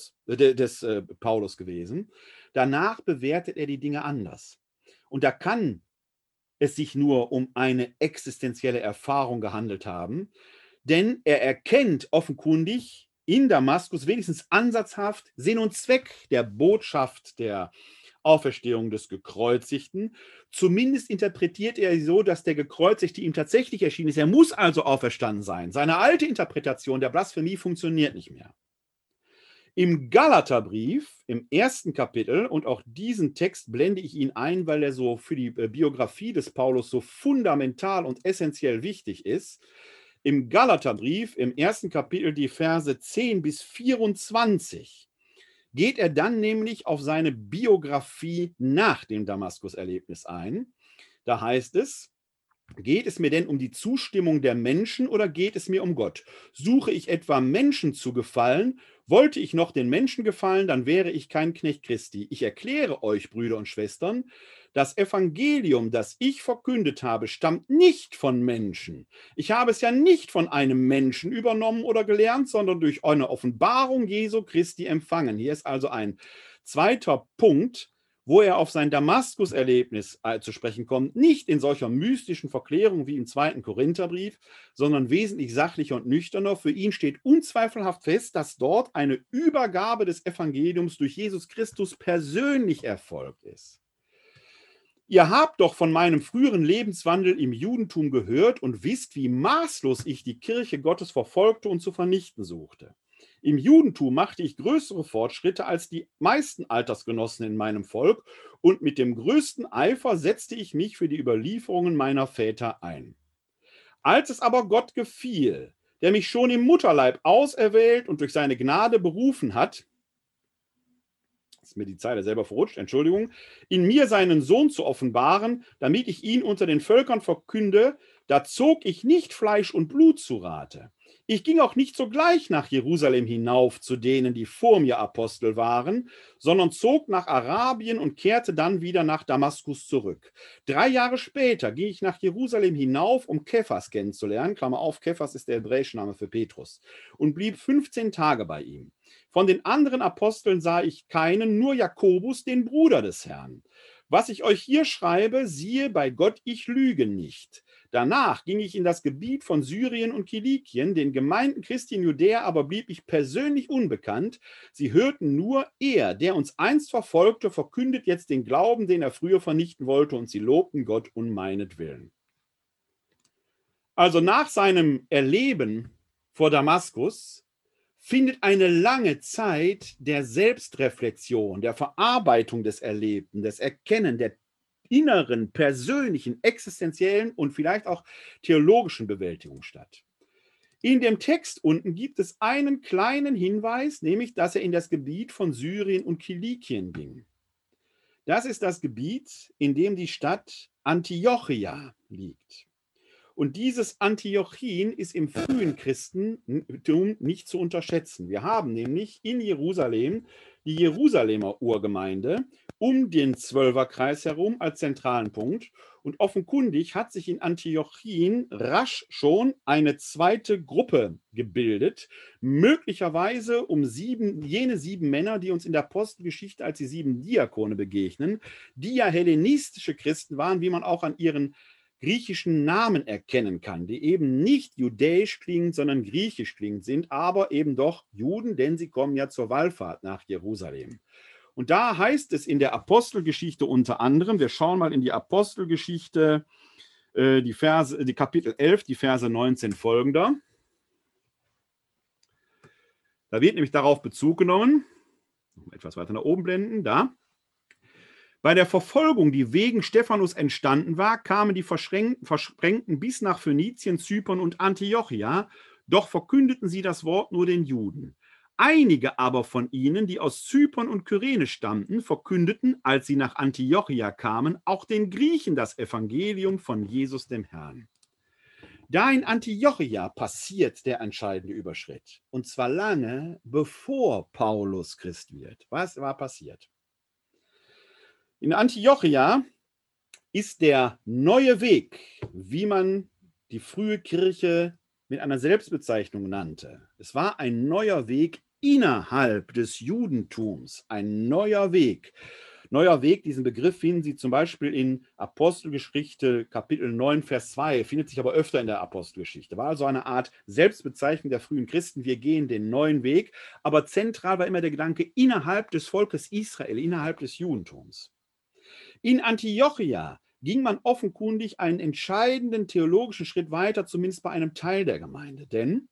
Paulus gewesen. Danach bewertet er die Dinge anders. Und da kann es sich nur um eine existenzielle Erfahrung gehandelt haben, denn er erkennt offenkundig in Damaskus wenigstens ansatzhaft Sinn und Zweck der Botschaft der Auferstehung des Gekreuzigten. Zumindest interpretiert er so, dass der Gekreuzigte ihm tatsächlich erschienen ist. Er muss also auferstanden sein. Seine alte Interpretation der Blasphemie funktioniert nicht mehr. Im Galaterbrief, im 1. Kapitel, und auch diesen Text blende ich Ihnen ein, weil er so für die Biografie des Paulus so fundamental und essentiell wichtig ist. Im Galaterbrief, im 1. Kapitel, die Verse 10 bis 24, geht er dann nämlich auf seine Biografie nach dem Damaskus-Erlebnis ein. Da heißt es, geht es mir denn um die Zustimmung der Menschen oder geht es mir um Gott? Suche ich etwa Menschen zu gefallen? Wollte ich noch den Menschen gefallen, dann wäre ich kein Knecht Christi. Ich erkläre euch, Brüder und Schwestern, das Evangelium, das ich verkündet habe, stammt nicht von Menschen. Ich habe es ja nicht von einem Menschen übernommen oder gelernt, sondern durch eine Offenbarung Jesu Christi empfangen. Hier ist also ein zweiter Punkt, wo er auf sein Damaskus-Erlebnis zu sprechen kommt, nicht in solcher mystischen Verklärung wie im 2. Korintherbrief, sondern wesentlich sachlicher und nüchterner. Für ihn steht unzweifelhaft fest, dass dort eine Übergabe des Evangeliums durch Jesus Christus persönlich erfolgt ist. Ihr habt doch von meinem früheren Lebenswandel im Judentum gehört und wisst, wie maßlos ich die Kirche Gottes verfolgte und zu vernichten suchte. Im Judentum machte ich größere Fortschritte als die meisten Altersgenossen in meinem Volk und mit dem größten Eifer setzte ich mich für die Überlieferungen meiner Väter ein. Als es aber Gott gefiel, der mich schon im Mutterleib auserwählt und durch seine Gnade berufen hat, ist mir die Zeile selber verrutscht, Entschuldigung, in mir seinen Sohn zu offenbaren, damit ich ihn unter den Völkern verkünde, da zog ich nicht Fleisch und Blut zu Rate. Ich ging auch nicht sogleich nach Jerusalem hinauf zu denen, die vor mir Apostel waren, sondern zog nach Arabien und kehrte dann wieder nach Damaskus zurück. 3 Jahre später ging ich nach Jerusalem hinauf, um Kephas kennenzulernen. Klammer auf, Kephas ist der hebräische Name für Petrus. Und blieb 15 Tage bei ihm. Von den anderen Aposteln sah ich keinen, nur Jakobus, den Bruder des Herrn. Was ich euch hier schreibe, siehe, bei Gott, ich lüge nicht. Danach ging ich in das Gebiet von Syrien und Kilikien, den Gemeinden Christi in Judäa aber blieb ich persönlich unbekannt. Sie hörten nur, er, der uns einst verfolgte, verkündet jetzt den Glauben, den er früher vernichten wollte, und sie lobten Gott um meinetwillen. Also nach seinem Erleben vor Damaskus findet eine lange Zeit der Selbstreflexion, der Verarbeitung des Erlebten, des Erkennen, der inneren, persönlichen, existenziellen und vielleicht auch theologischen Bewältigung statt. In dem Text unten gibt es einen kleinen Hinweis, nämlich, dass er in das Gebiet von Syrien und Kilikien ging. Das ist das Gebiet, in dem die Stadt Antiochia liegt. Und dieses Antiochien ist im frühen Christentum nicht zu unterschätzen. Wir haben nämlich in Jerusalem die Jerusalemer Urgemeinde um den Zwölferkreis herum als zentralen Punkt. Und offenkundig hat sich in Antiochien rasch schon eine zweite Gruppe gebildet, möglicherweise um jene 7 Männer, die uns in der Apostelgeschichte als die 7 Diakone begegnen, die ja hellenistische Christen waren, wie man auch an ihren griechischen Namen erkennen kann, die eben nicht judäisch klingend, sondern griechisch klingend sind, aber eben doch Juden, denn sie kommen ja zur Wallfahrt nach Jerusalem. Und da heißt es in der Apostelgeschichte unter anderem, wir schauen mal in die Apostelgeschichte, die Kapitel 11, die Verse 19 folgender. Da wird nämlich darauf Bezug genommen, etwas weiter nach oben blenden, da. Bei der Verfolgung, die wegen Stephanus entstanden war, kamen die Versprengten bis nach Phönizien, Zypern und Antiochia, doch verkündeten sie das Wort nur den Juden. Einige aber von ihnen, die aus Zypern und Kyrene stammten, verkündeten, als sie nach Antiochia kamen, auch den Griechen das Evangelium von Jesus dem Herrn. Da in Antiochia passiert der entscheidende Überschritt. Und zwar lange bevor Paulus Christ wird. Was war passiert? In Antiochia ist der neue Weg, wie man die frühe Kirche mit einer Selbstbezeichnung nannte. Es war ein neuer Weg innerhalb des Judentums, ein neuer Weg. Neuer Weg, diesen Begriff finden Sie zum Beispiel in Apostelgeschichte Kapitel 9, Vers 2, findet sich aber öfter in der Apostelgeschichte. War also eine Art Selbstbezeichnung der frühen Christen, wir gehen den neuen Weg, aber zentral war immer der Gedanke innerhalb des Volkes Israel, innerhalb des Judentums. In Antiochia ging man offenkundig einen entscheidenden theologischen Schritt weiter, zumindest bei einem Teil der Gemeinde. Denn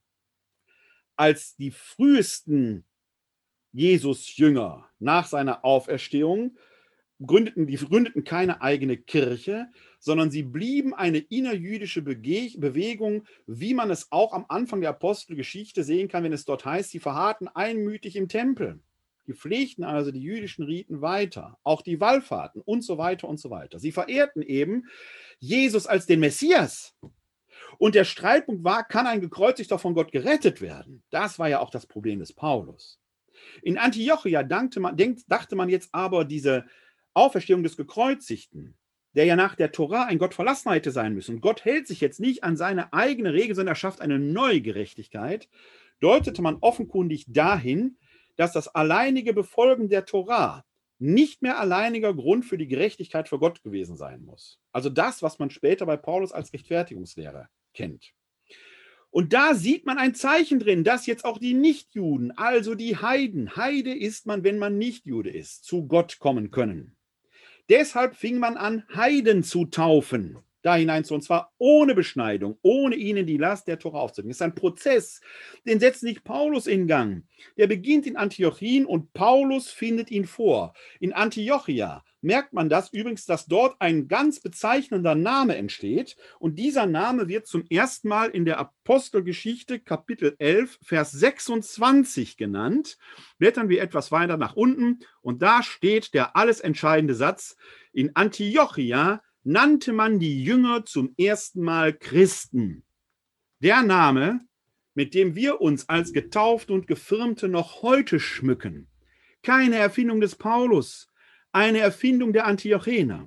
als die frühesten Jesus-Jünger nach seiner Auferstehung gründeten keine eigene Kirche, sondern sie blieben eine innerjüdische Bewegung, wie man es auch am Anfang der Apostelgeschichte sehen kann, wenn es dort heißt, sie verharrten einmütig im Tempel. Die pflegten also die jüdischen Riten weiter, auch die Wallfahrten und so weiter und so weiter. Sie verehrten eben Jesus als den Messias. Und der Streitpunkt war, kann ein Gekreuzigter von Gott gerettet werden? Das war ja auch das Problem des Paulus. In Antiochia dachte man jetzt aber, diese Auferstehung des Gekreuzigten, der ja nach der Tora ein Gott verlassen hätte sein müssen, und Gott hält sich jetzt nicht an seine eigene Regel, sondern er schafft eine neue Gerechtigkeit, deutete man offenkundig dahin, dass das alleinige Befolgen der Tora nicht mehr alleiniger Grund für die Gerechtigkeit vor Gott gewesen sein muss. Also das, was man später bei Paulus als Rechtfertigungslehre kennt. Und da sieht man ein Zeichen drin, dass jetzt auch die Nichtjuden, also die Heiden, Heide ist man, wenn man Nichtjude ist, zu Gott kommen können. Deshalb fing man an, Heiden zu taufen, da hinein und zwar ohne Beschneidung, ohne ihnen die Last der Tora aufzulegen. Das ist ein Prozess, den setzt nicht Paulus in Gang. Der beginnt in Antiochien und Paulus findet ihn vor. In Antiochia merkt man das übrigens, dass dort ein ganz bezeichnender Name entsteht und dieser Name wird zum ersten Mal in der Apostelgeschichte Kapitel 11, Vers 26 genannt. Blättern wir etwas weiter nach unten und da steht der alles entscheidende Satz: In Antiochia nannte man die Jünger zum ersten Mal Christen. Der Name mit dem wir uns als Getaufte und Gefirmte noch heute schmücken, keine Erfindung des Paulus, eine Erfindung der Antiochener.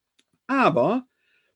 Aber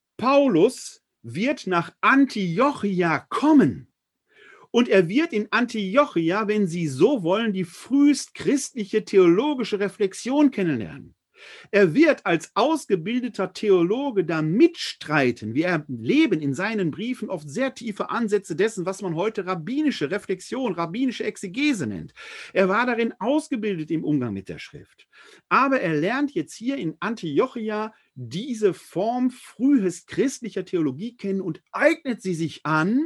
Paulus wird nach Antiochia kommen. Und er wird in Antiochia, wenn Sie so wollen, die frühestchristliche theologische Reflexion kennenlernen. Er wird als ausgebildeter Theologe da mitstreiten. Wir erleben in seinen Briefen oft sehr tiefe Ansätze dessen, was man heute rabbinische Reflexion, rabbinische Exegese nennt. Er war darin ausgebildet im Umgang mit der Schrift. Aber er lernt jetzt hier in Antiochia diese Form frühestchristlicher Theologie kennen und eignet sie sich an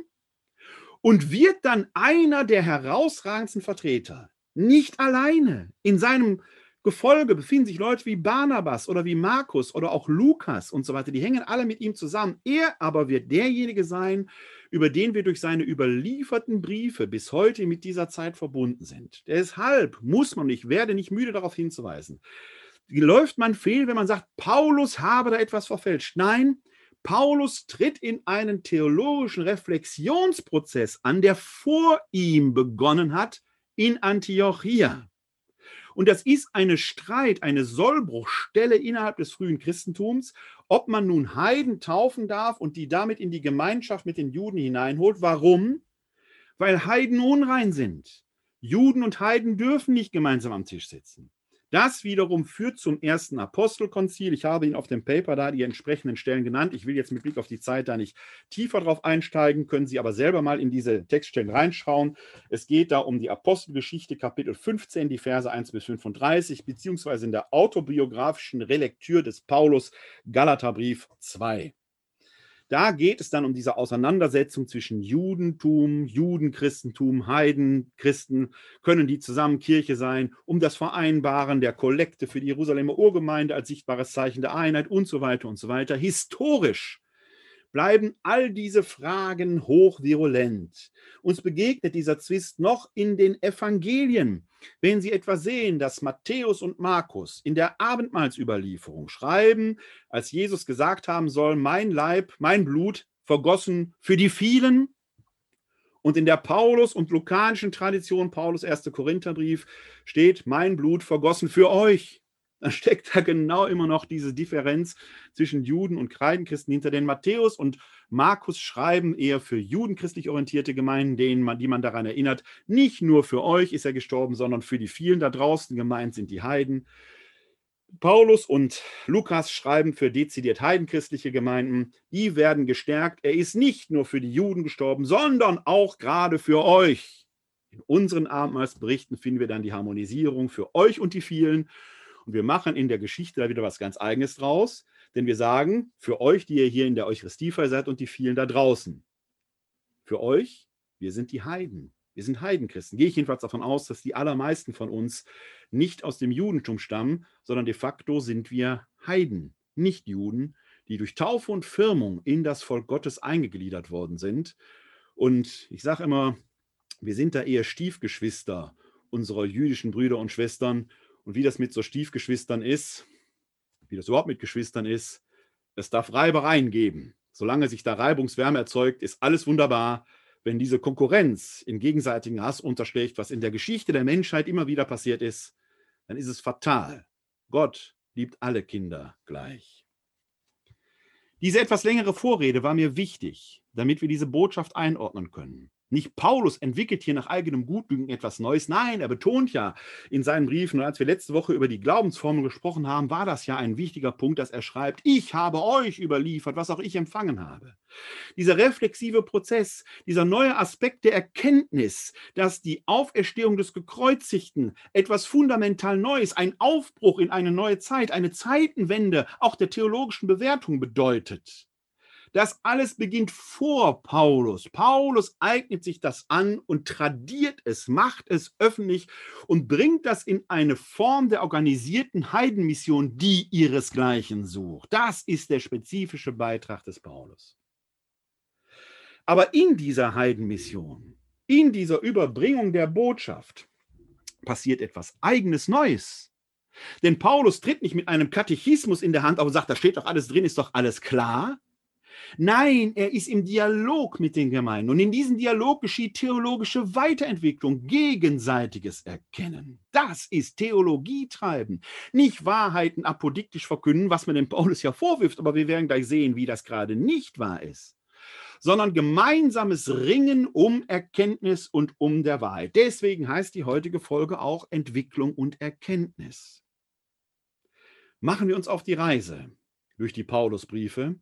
und wird dann einer der herausragendsten Vertreter. Nicht alleine. In seinem Gefolge befinden sich Leute wie Barnabas oder wie Markus oder auch Lukas und so weiter. Die hängen alle mit ihm zusammen. Er aber wird derjenige sein, über den wir durch seine überlieferten Briefe bis heute mit dieser Zeit verbunden sind. Deshalb muss man, ich werde nicht müde darauf hinzuweisen, läuft man fehl, wenn man sagt, Paulus habe da etwas verfälscht. Nein, Paulus tritt in einen theologischen Reflexionsprozess an, der vor ihm begonnen hat in Antiochia. Und das ist eine Sollbruchstelle innerhalb des frühen Christentums, ob man nun Heiden taufen darf und die damit in die Gemeinschaft mit den Juden hineinholt. Warum? Weil Heiden unrein sind. Juden und Heiden dürfen nicht gemeinsam am Tisch sitzen. Das wiederum führt zum ersten Apostelkonzil. Ich habe Ihnen auf dem Paper da die entsprechenden Stellen genannt. Ich will jetzt mit Blick auf die Zeit da nicht tiefer drauf einsteigen, können Sie aber selber mal in diese Textstellen reinschauen. Es geht da um die Apostelgeschichte, Kapitel 15, die Verse 1 bis 35, beziehungsweise in der autobiografischen Relektür des Paulus, Galaterbrief 2. Da geht es dann um diese Auseinandersetzung zwischen Judentum, Judenchristentum, Heidenchristen, können die zusammen Kirche sein, um das Vereinbaren der Kollekte für die Jerusalemer Urgemeinde als sichtbares Zeichen der Einheit und so weiter und so weiter. Historisch bleiben all diese Fragen hochvirulent. Uns begegnet dieser Zwist noch in den Evangelien. Wenn Sie etwa sehen, dass Matthäus und Markus in der Abendmahlsüberlieferung schreiben, als Jesus gesagt haben soll, mein Leib, mein Blut vergossen für die vielen. Und in der Paulus- und lukanischen Tradition, Paulus 1. Korintherbrief, steht, mein Blut vergossen für euch. Dann steckt da genau immer noch diese Differenz zwischen Juden und Heidenchristen hinter. Den Matthäus und Markus schreiben eher für judenchristlich orientierte Gemeinden, die man daran erinnert, nicht nur für euch ist er gestorben, sondern für die vielen da draußen. Gemeint sind die Heiden. Paulus und Lukas schreiben für dezidiert heidenchristliche Gemeinden, die werden gestärkt. Er ist nicht nur für die Juden gestorben, sondern auch gerade für euch. In unseren Abendmahlsberichten finden wir dann die Harmonisierung für euch und die vielen. Und wir machen in der Geschichte da wieder was ganz Eigenes draus, denn wir sagen, für euch, die ihr hier in der Eucharistiefeier seid und die vielen da draußen. Für euch, wir sind die Heiden. Wir sind Heidenchristen. Gehe ich jedenfalls davon aus, dass die allermeisten von uns nicht aus dem Judentum stammen, sondern de facto sind wir Heiden, nicht Juden, die durch Taufe und Firmung in das Volk Gottes eingegliedert worden sind. Und ich sage immer, wir sind da eher Stiefgeschwister unserer jüdischen Brüder und Schwestern. Und wie das mit so Stiefgeschwistern ist, wie das überhaupt mit Geschwistern ist, es darf Reibereien geben. Solange sich da Reibungswärme erzeugt, ist alles wunderbar. Wenn diese Konkurrenz in gegenseitigen Hass unterschlägt, was in der Geschichte der Menschheit immer wieder passiert ist, dann ist es fatal. Gott liebt alle Kinder gleich. Diese etwas längere Vorrede war mir wichtig, damit wir diese Botschaft einordnen können. Nicht Paulus entwickelt hier nach eigenem Gutdünken etwas Neues. Nein, er betont ja in seinen Briefen, und als wir letzte Woche über die Glaubensformel gesprochen haben, war das ja ein wichtiger Punkt, dass er schreibt, ich habe euch überliefert, was auch ich empfangen habe. Dieser reflexive Prozess, dieser neue Aspekt der Erkenntnis, dass die Auferstehung des Gekreuzigten etwas fundamental Neues, ein Aufbruch in eine neue Zeit, eine Zeitenwende auch der theologischen Bewertung bedeutet. Das alles beginnt vor Paulus. Paulus eignet sich das an und tradiert es, macht es öffentlich und bringt das in eine Form der organisierten Heidenmission, die ihresgleichen sucht. Das ist der spezifische Beitrag des Paulus. Aber in dieser Heidenmission, in dieser Überbringung der Botschaft, passiert etwas Eigenes Neues. Denn Paulus tritt nicht mit einem Katechismus in der Hand auf und sagt, da steht doch alles drin, ist doch alles klar. Nein, er ist im Dialog mit den Gemeinden. Und in diesem Dialog geschieht theologische Weiterentwicklung, gegenseitiges Erkennen. Das ist Theologie treiben. Nicht Wahrheiten apodiktisch verkünden, was man dem Paulus ja vorwirft, aber wir werden gleich sehen, wie das gerade nicht wahr ist. Sondern gemeinsames Ringen um Erkenntnis und um der Wahrheit. Deswegen heißt die heutige Folge auch Entwicklung und Erkenntnis. Machen wir uns auf die Reise durch die Paulusbriefe.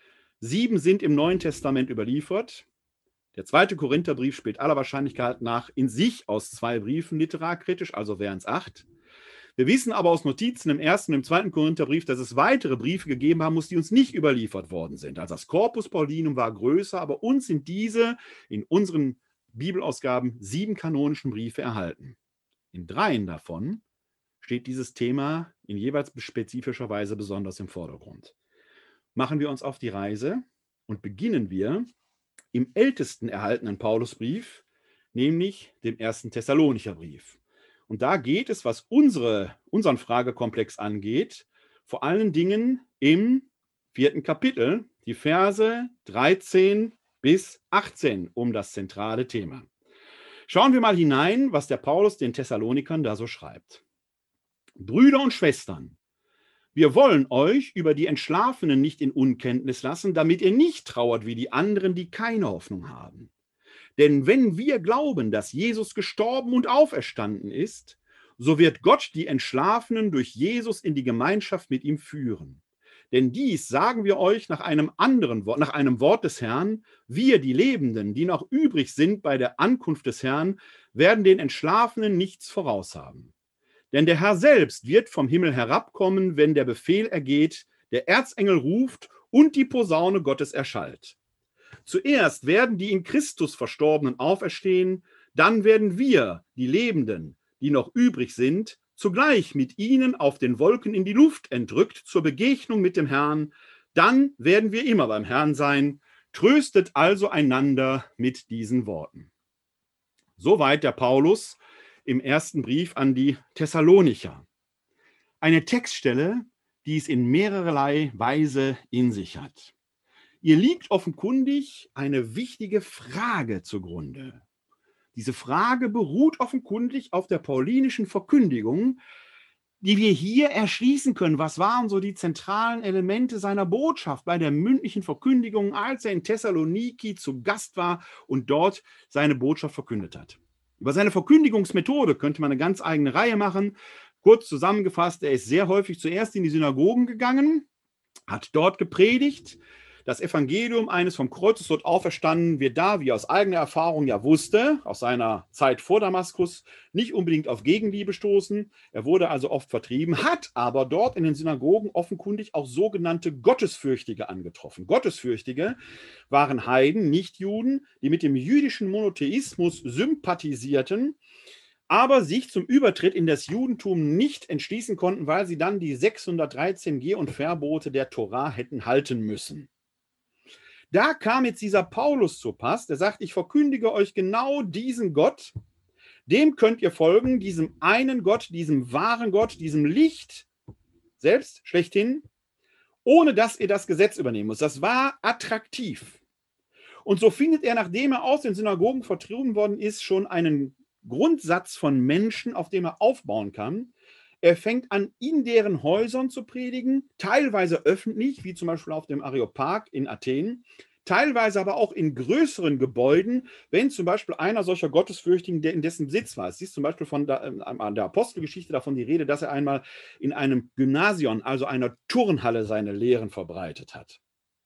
7 sind im Neuen Testament überliefert. Der 2. Korintherbrief spielt aller Wahrscheinlichkeit nach in sich aus 2 Briefen literarkritisch, also wären es 8. Wir wissen aber aus Notizen im 1. und im 2. Korintherbrief, dass es weitere Briefe gegeben haben muss, die uns nicht überliefert worden sind. Also das Corpus Paulinum war größer, aber uns sind diese in unseren Bibelausgaben 7 kanonischen Briefe erhalten. In 3 davon steht dieses Thema in jeweils spezifischer Weise besonders im Vordergrund. Machen wir uns auf die Reise und beginnen wir im ältesten erhaltenen Paulusbrief, nämlich dem 1. Thessalonicher Brief. Und da geht es, was unseren Fragekomplex angeht, vor allen Dingen im 4. Kapitel, die Verse 13 bis 18 um das zentrale Thema. Schauen wir mal hinein, was der Paulus den Thessalonikern da so schreibt. Brüder und Schwestern, wir wollen euch über die Entschlafenen nicht in Unkenntnis lassen, damit ihr nicht trauert wie die anderen, die keine Hoffnung haben. Denn wenn wir glauben, dass Jesus gestorben und auferstanden ist, so wird Gott die Entschlafenen durch Jesus in die Gemeinschaft mit ihm führen. Denn dies sagen wir euch nach einem Wort des Herrn: Wir, die Lebenden, die noch übrig sind bei der Ankunft des Herrn, werden den Entschlafenen nichts voraushaben. Denn der Herr selbst wird vom Himmel herabkommen, wenn der Befehl ergeht, der Erzengel ruft und die Posaune Gottes erschallt. Zuerst werden die in Christus Verstorbenen auferstehen, dann werden wir, die Lebenden, die noch übrig sind, zugleich mit ihnen auf den Wolken in die Luft entrückt zur Begegnung mit dem Herrn. Dann werden wir immer beim Herrn sein. Tröstet also einander mit diesen Worten. Soweit der Paulus im ersten Brief an die Thessalonicher. Eine Textstelle, die es in mehrerlei Weise in sich hat. Ihr liegt offenkundig eine wichtige Frage zugrunde. Diese Frage beruht offenkundig auf der paulinischen Verkündigung, die wir hier erschließen können. Was waren so die zentralen Elemente seiner Botschaft bei der mündlichen Verkündigung, als er in Thessaloniki zu Gast war und dort seine Botschaft verkündet hat? Über seine Verkündigungsmethode könnte man eine ganz eigene Reihe machen. Kurz zusammengefasst, er ist sehr häufig zuerst in die Synagogen gegangen, hat dort gepredigt. Das Evangelium eines vom Kreuzestod auferstanden wird da, wie er aus eigener Erfahrung ja wusste, aus seiner Zeit vor Damaskus, nicht unbedingt auf Gegenliebe stoßen. Er wurde also oft vertrieben, hat aber dort in den Synagogen offenkundig auch sogenannte Gottesfürchtige angetroffen. Gottesfürchtige waren Heiden, Nichtjuden, die mit dem jüdischen Monotheismus sympathisierten, aber sich zum Übertritt in das Judentum nicht entschließen konnten, weil sie dann die 613 Geh- und Verbote der Tora hätten halten müssen. Da kam jetzt dieser Paulus zu Pass, der sagt, ich verkündige euch genau diesen Gott, dem könnt ihr folgen, diesem einen Gott, diesem wahren Gott, diesem Licht selbst schlechthin, ohne dass ihr das Gesetz übernehmen müsst. Das war attraktiv. Und so findet er, nachdem er aus den Synagogen vertrieben worden ist, schon einen Grundsatz von Menschen, auf dem er aufbauen kann. Er fängt an, in deren Häusern zu predigen, teilweise öffentlich, wie zum Beispiel auf dem Areopag in Athen, teilweise aber auch in größeren Gebäuden, wenn zum Beispiel einer solcher Gottesfürchtigen, der in dessen Besitz war. Es ist zum Beispiel von der Apostelgeschichte davon die Rede, dass er einmal in einem Gymnasion, also einer Turnhalle, seine Lehren verbreitet hat.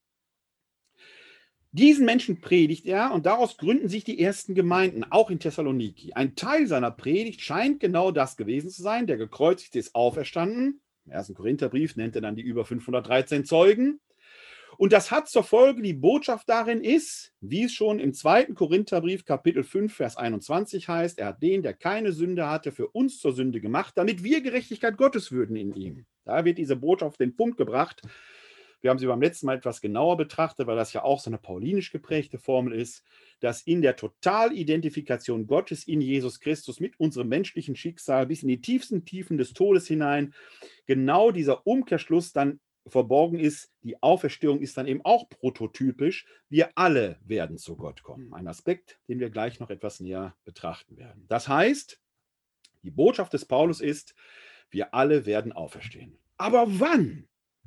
Diesen Menschen predigt er und daraus gründen sich die ersten Gemeinden, auch in Thessaloniki. Ein Teil seiner Predigt scheint genau das gewesen zu sein. Der Gekreuzigte ist auferstanden. Im 1. Korintherbrief nennt er dann die über 513 Zeugen. Und das hat zur Folge, die Botschaft darin ist, wie es schon im 2. Korintherbrief Kapitel 5, Vers 21 heißt, er hat den, der keine Sünde hatte, für uns zur Sünde gemacht, damit wir Gerechtigkeit Gottes würden in ihm. Da wird diese Botschaft auf den Punkt gebracht. Wir haben sie beim letzten Mal etwas genauer betrachtet, weil das ja auch so eine paulinisch geprägte Formel ist, dass in der Totalidentifikation Gottes in Jesus Christus mit unserem menschlichen Schicksal bis in die tiefsten Tiefen des Todes hinein genau dieser Umkehrschluss dann verborgen ist, die Auferstehung ist dann eben auch prototypisch. Wir alle werden zu Gott kommen. Ein Aspekt, den wir gleich noch etwas näher betrachten werden. Das heißt, die Botschaft des Paulus ist, wir alle werden auferstehen. Aber wann?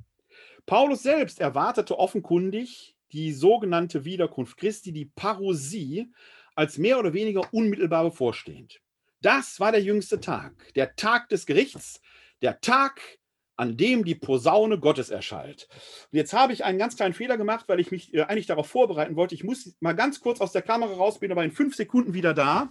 Paulus selbst erwartete offenkundig die sogenannte Wiederkunft Christi, die Parousie, als mehr oder weniger unmittelbar bevorstehend. Das war der jüngste Tag, der Tag des Gerichts, der Tag, an dem die Posaune Gottes erschallt. Und jetzt habe ich einen ganz kleinen Fehler gemacht, weil ich mich eigentlich darauf vorbereiten wollte. Ich muss mal ganz kurz aus der Kamera raus, bin aber in 5 Sekunden wieder da.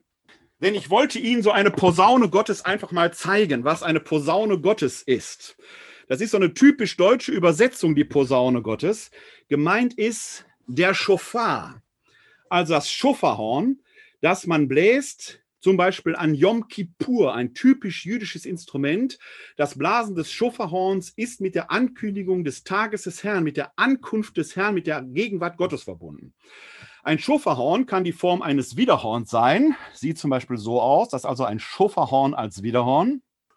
Denn ich wollte Ihnen so eine Posaune Gottes einfach mal zeigen, was eine Posaune Gottes ist. Das ist so eine typisch deutsche Übersetzung, die Posaune Gottes. Gemeint ist der Schofar, also das Schofarhorn, das man bläst, zum Beispiel an Yom Kippur, ein typisch jüdisches Instrument. Das Blasen des Schofarhorns ist mit der Ankündigung des Tages des Herrn, mit der Ankunft des Herrn, mit der Gegenwart Gottes verbunden. Ein Schofarhorn kann die Form eines Widerhorns sein, sieht zum Beispiel so aus, das ist also ein Schofarhorn als Widerhorn.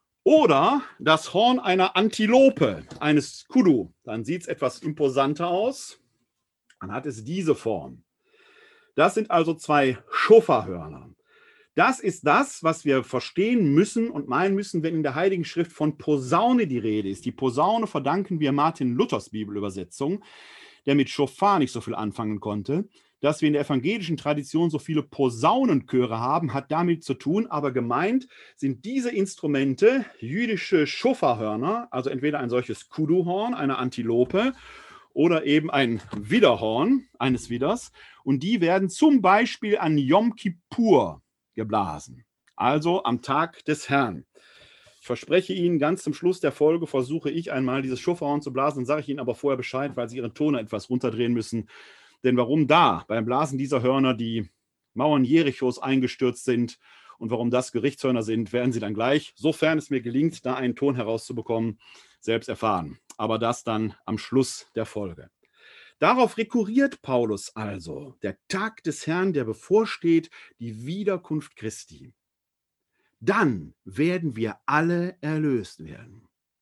Oder das Horn einer Antilope, eines Kudu. Dann sieht es etwas imposanter aus. Dann hat es diese Form. Das sind also 2 Schofarhörner. Das ist das, was wir verstehen müssen und meinen müssen, wenn in der Heiligen Schrift von Posaune die Rede ist. Die Posaune verdanken wir Martin Luthers Bibelübersetzung, der mit Schofar nicht so viel anfangen konnte. Dass wir in der evangelischen Tradition so viele Posaunenchöre haben, hat damit zu tun, aber gemeint sind diese Instrumente jüdische Schofarhörner, also entweder ein solches Kuduhorn, eine Antilope, oder eben ein Widerhorn eines Widders. Und die werden zum Beispiel an Yom Kippur geblasen, also am Tag des Herrn. Ich verspreche Ihnen, ganz zum Schluss der Folge versuche ich einmal dieses Schofarhorn zu blasen, dann sage ich Ihnen aber vorher Bescheid, weil Sie Ihren Ton etwas runterdrehen müssen. Denn warum da beim Blasen dieser Hörner die Mauern Jerichos eingestürzt sind und warum das Gerichtshörner sind, werden Sie dann gleich, sofern es mir gelingt, da einen Ton herauszubekommen, selbst erfahren. Aber das dann am Schluss der Folge. Darauf rekurriert Paulus also, der Tag des Herrn, der bevorsteht, die Wiederkunft Christi. Dann werden wir alle erlöst werden.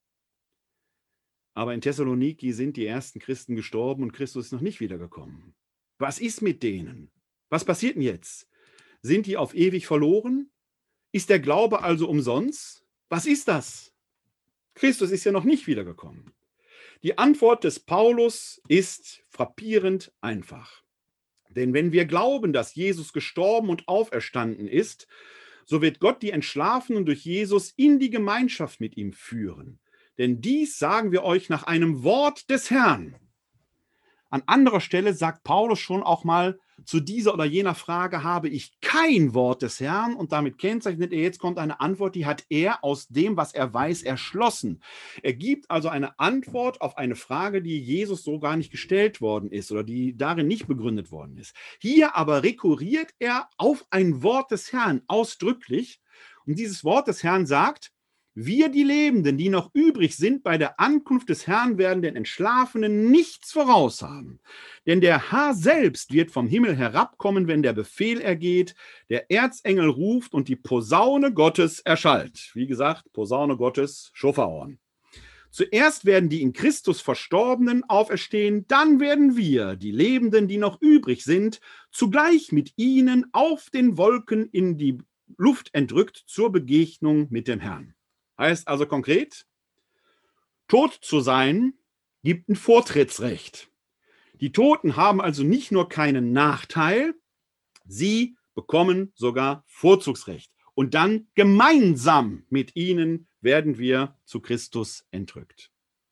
Aber in Thessaloniki sind die ersten Christen gestorben und Christus ist noch nicht wiedergekommen. Was ist mit denen? Was passiert denn jetzt? Sind die auf ewig verloren? Ist der Glaube also umsonst? Was ist das? Christus ist ja noch nicht wiedergekommen. Die Antwort des Paulus ist frappierend einfach. Denn wenn wir glauben, dass Jesus gestorben und auferstanden ist, so wird Gott die Entschlafenen durch Jesus in die Gemeinschaft mit ihm führen. Denn dies sagen wir euch nach einem Wort des Herrn. An anderer Stelle sagt Paulus schon auch mal, zu dieser oder jener Frage habe ich kein Wort des Herrn. Und damit kennzeichnet er, jetzt kommt eine Antwort, die hat er aus dem, was er weiß, erschlossen. Er gibt also eine Antwort auf eine Frage, die Jesus so gar nicht gestellt worden ist oder die darin nicht begründet worden ist. Hier aber rekurriert er auf ein Wort des Herrn ausdrücklich. Und dieses Wort des Herrn sagt, wir, die Lebenden, die noch übrig sind, bei der Ankunft des Herrn werden den Entschlafenen nichts voraus haben. Denn der Herr selbst wird vom Himmel herabkommen, wenn der Befehl ergeht, der Erzengel ruft und die Posaune Gottes erschallt. Wie gesagt, Posaune Gottes, Schofarhorn. Zuerst werden die in Christus Verstorbenen auferstehen, dann werden wir, die Lebenden, die noch übrig sind, zugleich mit ihnen auf den Wolken in die Luft entrückt zur Begegnung mit dem Herrn. Heißt also konkret, tot zu sein gibt ein Vortrittsrecht. Die Toten haben also nicht nur keinen Nachteil, sie bekommen sogar Vorzugsrecht. Und dann gemeinsam mit ihnen werden wir zu Christus entrückt.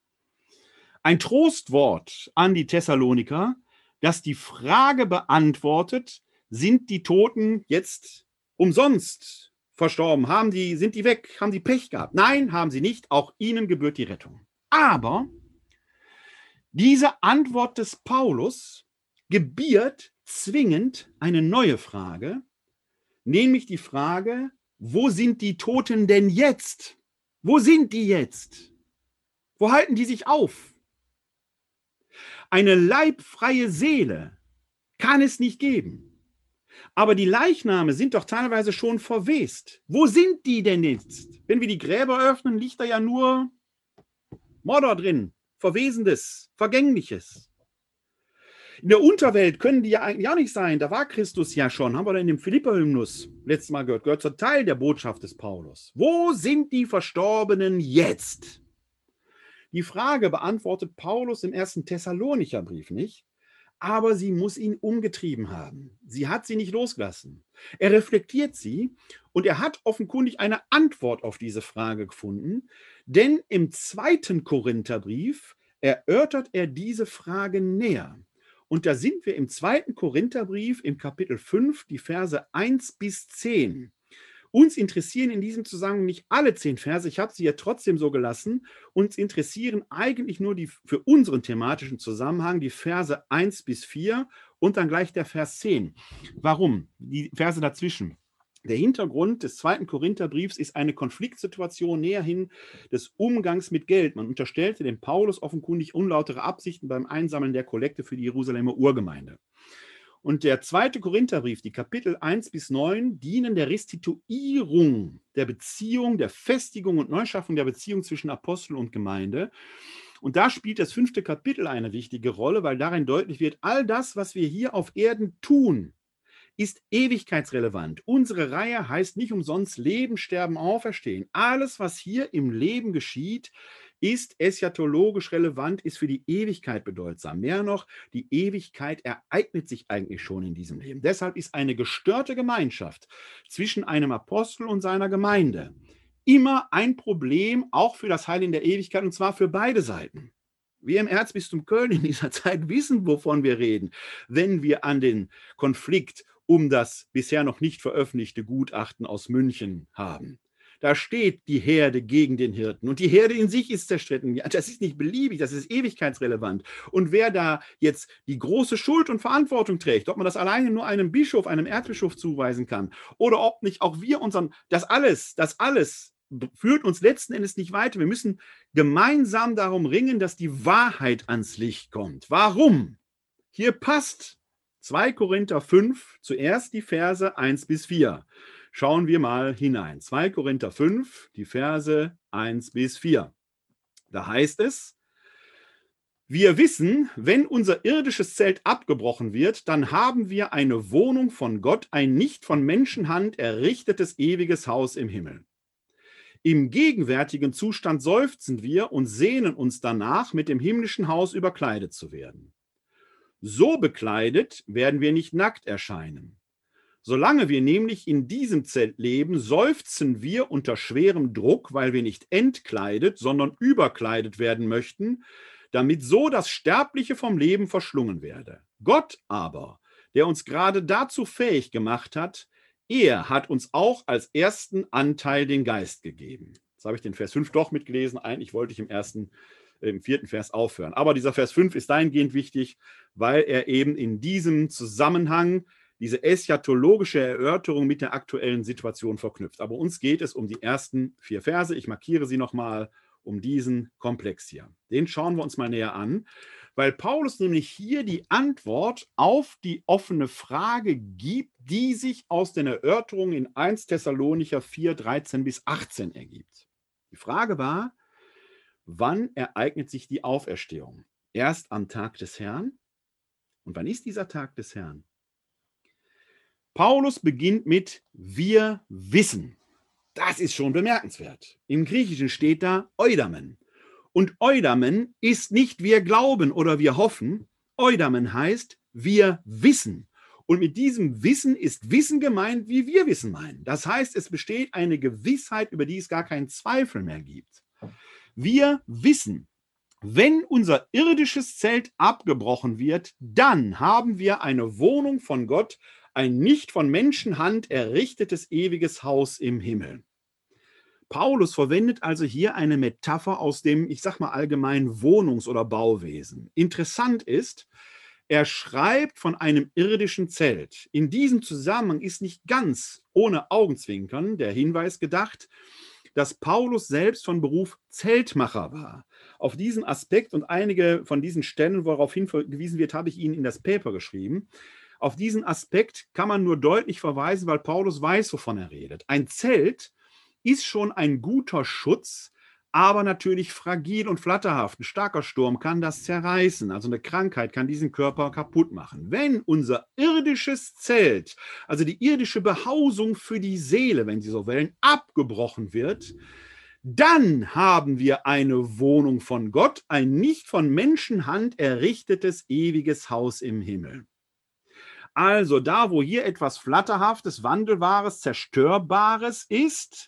Ein Trostwort an die Thessaloniker, das die Frage beantwortet, sind die Toten jetzt umsonst verstorben? Sind die weg? Haben die Pech gehabt? Nein, haben sie nicht. Auch ihnen gebührt die Rettung. Aber diese Antwort des Paulus gebiert zwingend eine neue Frage, nämlich die Frage, wo sind die Toten denn jetzt? Wo sind die jetzt? Wo halten die sich auf? Eine leibfreie Seele kann es nicht geben. Aber die Leichname sind doch teilweise schon verwest. Wo sind die denn jetzt? Wenn wir die Gräber öffnen, liegt da ja nur Mörder drin, Verwesendes, Vergängliches. In der Unterwelt können die ja eigentlich auch nicht sein. Da war Christus ja schon. Haben wir da in dem Philipper-Hymnus letztes Mal gehört. Gehört zur Teil der Botschaft des Paulus. Wo sind die Verstorbenen jetzt? Die Frage beantwortet Paulus im 1. Thessalonicher Brief nicht, aber sie muss ihn umgetrieben haben. Sie hat sie nicht losgelassen. Er reflektiert sie und er hat offenkundig eine Antwort auf diese Frage gefunden, denn im 2. Korintherbrief erörtert er diese Frage näher. Und da sind wir im 2. Korintherbrief im Kapitel 5, die Verse 1 bis 10. Uns interessieren in diesem Zusammenhang nicht alle 10 Verse, ich habe sie ja trotzdem so gelassen. Uns interessieren eigentlich nur die für unseren thematischen Zusammenhang die Verse 1 bis 4 und dann gleich der Vers 10. Warum? Die Verse dazwischen. Der Hintergrund des 2. Korintherbriefs ist eine Konfliktsituation näherhin des Umgangs mit Geld. Man unterstellte dem Paulus offenkundig unlautere Absichten beim Einsammeln der Kollekte für die Jerusalemer Urgemeinde. Und der 2. Korintherbrief, die Kapitel 1 bis 9, dienen der Restituierung der Beziehung, der Festigung und Neuschaffung der Beziehung zwischen Apostel und Gemeinde. Und da spielt das 5. Kapitel eine wichtige Rolle, weil darin deutlich wird, all das, was wir hier auf Erden tun, ist ewigkeitsrelevant. Unsere Reihe heißt nicht umsonst Leben, Sterben, Auferstehen. Alles, was hier im Leben geschieht, ist eschatologisch relevant, ist für die Ewigkeit bedeutsam. Mehr noch, die Ewigkeit ereignet sich eigentlich schon in diesem Leben. Deshalb ist eine gestörte Gemeinschaft zwischen einem Apostel und seiner Gemeinde immer ein Problem, auch für das Heil in der Ewigkeit, und zwar für beide Seiten. Wir im Erzbistum Köln in dieser Zeit wissen, wovon wir reden, wenn wir an den Konflikt um das bisher noch nicht veröffentlichte Gutachten aus München haben. Da steht die Herde gegen den Hirten und die Herde in sich ist zerstritten. Das ist nicht beliebig, das ist ewigkeitsrelevant. Und wer da jetzt die große Schuld und Verantwortung trägt, ob man das alleine nur einem Bischof, einem Erzbischof zuweisen kann oder ob nicht auch wir das alles führt uns letzten Endes nicht weiter. Wir müssen gemeinsam darum ringen, dass die Wahrheit ans Licht kommt. Warum? Hier passt 2. Korinther 5, zuerst die Verse 1 bis 4. Schauen wir mal hinein. 2. Korinther 5, die Verse 1 bis 4. Da heißt es: Wir wissen, wenn unser irdisches Zelt abgebrochen wird, dann haben wir eine Wohnung von Gott, ein nicht von Menschenhand errichtetes ewiges Haus im Himmel. Im gegenwärtigen Zustand seufzen wir und sehnen uns danach, mit dem himmlischen Haus überkleidet zu werden. So bekleidet werden wir nicht nackt erscheinen. Solange wir nämlich in diesem Zelt leben, seufzen wir unter schwerem Druck, weil wir nicht entkleidet, sondern überkleidet werden möchten, damit so das Sterbliche vom Leben verschlungen werde. Gott aber, der uns gerade dazu fähig gemacht hat, er hat uns auch als ersten Anteil den Geist gegeben. Jetzt habe ich den Vers 5 doch mitgelesen. Eigentlich wollte ich im 4. Vers aufhören. Aber dieser Vers 5 ist dahingehend wichtig, weil er eben in diesem Zusammenhang diese eschatologische Erörterung mit der aktuellen Situation verknüpft. Aber uns geht es um die ersten 4 Verse. Ich markiere sie nochmal, um diesen Komplex hier. Den schauen wir uns mal näher an, weil Paulus nämlich hier die Antwort auf die offene Frage gibt, die sich aus den Erörterungen in 1. Thessalonicher 4, 13 bis 18 ergibt. Die Frage war, wann ereignet sich die Auferstehung? Erst am Tag des Herrn? Und wann ist dieser Tag des Herrn? Paulus beginnt mit wir wissen. Das ist schon bemerkenswert. Im Griechischen steht da Eudamen. Und Eudamen ist nicht wir glauben oder wir hoffen. Eudamen heißt wir wissen. Und mit diesem Wissen ist Wissen gemeint, wie wir Wissen meinen. Das heißt, es besteht eine Gewissheit, über die es gar keinen Zweifel mehr gibt. Wir wissen, wenn unser irdisches Zelt abgebrochen wird, dann haben wir eine Wohnung von Gott, ein nicht von Menschenhand errichtetes ewiges Haus im Himmel. Paulus verwendet also hier eine Metapher aus dem, ich sag mal allgemein, Wohnungs- oder Bauwesen. Interessant ist, er schreibt von einem irdischen Zelt. In diesem Zusammenhang ist nicht ganz ohne Augenzwinkern der Hinweis gedacht, dass Paulus selbst von Beruf Zeltmacher war. Auf diesen Aspekt und einige von diesen Stellen, worauf hingewiesen wird, habe ich Ihnen in das Paper geschrieben. Auf diesen Aspekt kann man nur deutlich verweisen, weil Paulus weiß, wovon er redet. Ein Zelt ist schon ein guter Schutz, aber natürlich fragil und flatterhaft. Ein starker Sturm kann das zerreißen, also eine Krankheit kann diesen Körper kaputt machen. Wenn unser irdisches Zelt, also die irdische Behausung für die Seele, wenn Sie so wollen, abgebrochen wird, dann haben wir eine Wohnung von Gott, ein nicht von Menschenhand errichtetes ewiges Haus im Himmel. Also da, wo hier etwas Flatterhaftes, Wandelbares, Zerstörbares ist,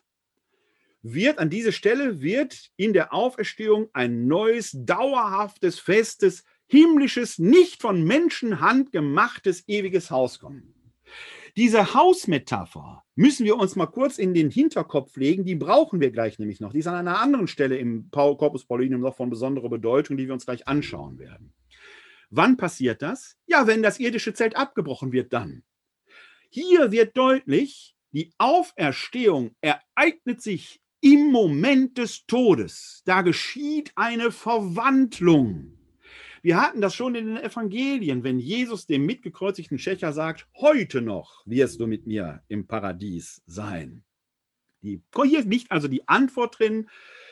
an dieser Stelle wird in der Auferstehung ein neues, dauerhaftes, festes, himmlisches, nicht von Menschenhand gemachtes ewiges Haus kommen. Diese Hausmetapher müssen wir uns mal kurz in den Hinterkopf legen, die brauchen wir gleich nämlich noch. Die ist an einer anderen Stelle im Corpus Paulinum noch von besonderer Bedeutung, die wir uns gleich anschauen werden. Wann passiert das? Ja, wenn das irdische Zelt abgebrochen wird, dann. Hier wird deutlich, die Auferstehung ereignet sich im Moment des Todes. Da geschieht eine Verwandlung. Wir hatten das schon in den Evangelien, wenn Jesus dem mitgekreuzigten Schächer sagt, heute noch wirst du mit mir im Paradies sein. Hier ist nicht also die Antwort drin,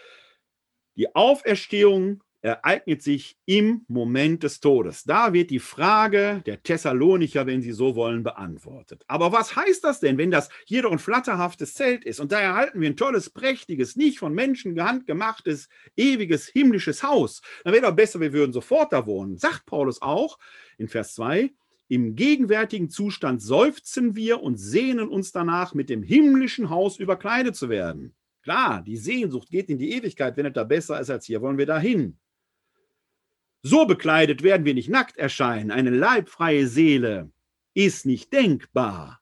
die Auferstehung ereignet sich im Moment des Todes. Da wird die Frage der Thessalonicher, wenn Sie so wollen, beantwortet. Aber was heißt das denn, wenn das hier doch ein flatterhaftes Zelt ist und da erhalten wir ein tolles, prächtiges, nicht von Menschen handgemachtes, ewiges, himmlisches Haus? Dann wäre doch besser, wir würden sofort da wohnen. Sagt Paulus auch in Vers 2, im gegenwärtigen Zustand seufzen wir und sehnen uns danach, mit dem himmlischen Haus überkleidet zu werden. Klar, die Sehnsucht geht in die Ewigkeit, wenn es da besser ist als hier, wollen wir dahin. So bekleidet werden wir nicht nackt erscheinen. Eine leibfreie Seele ist nicht denkbar.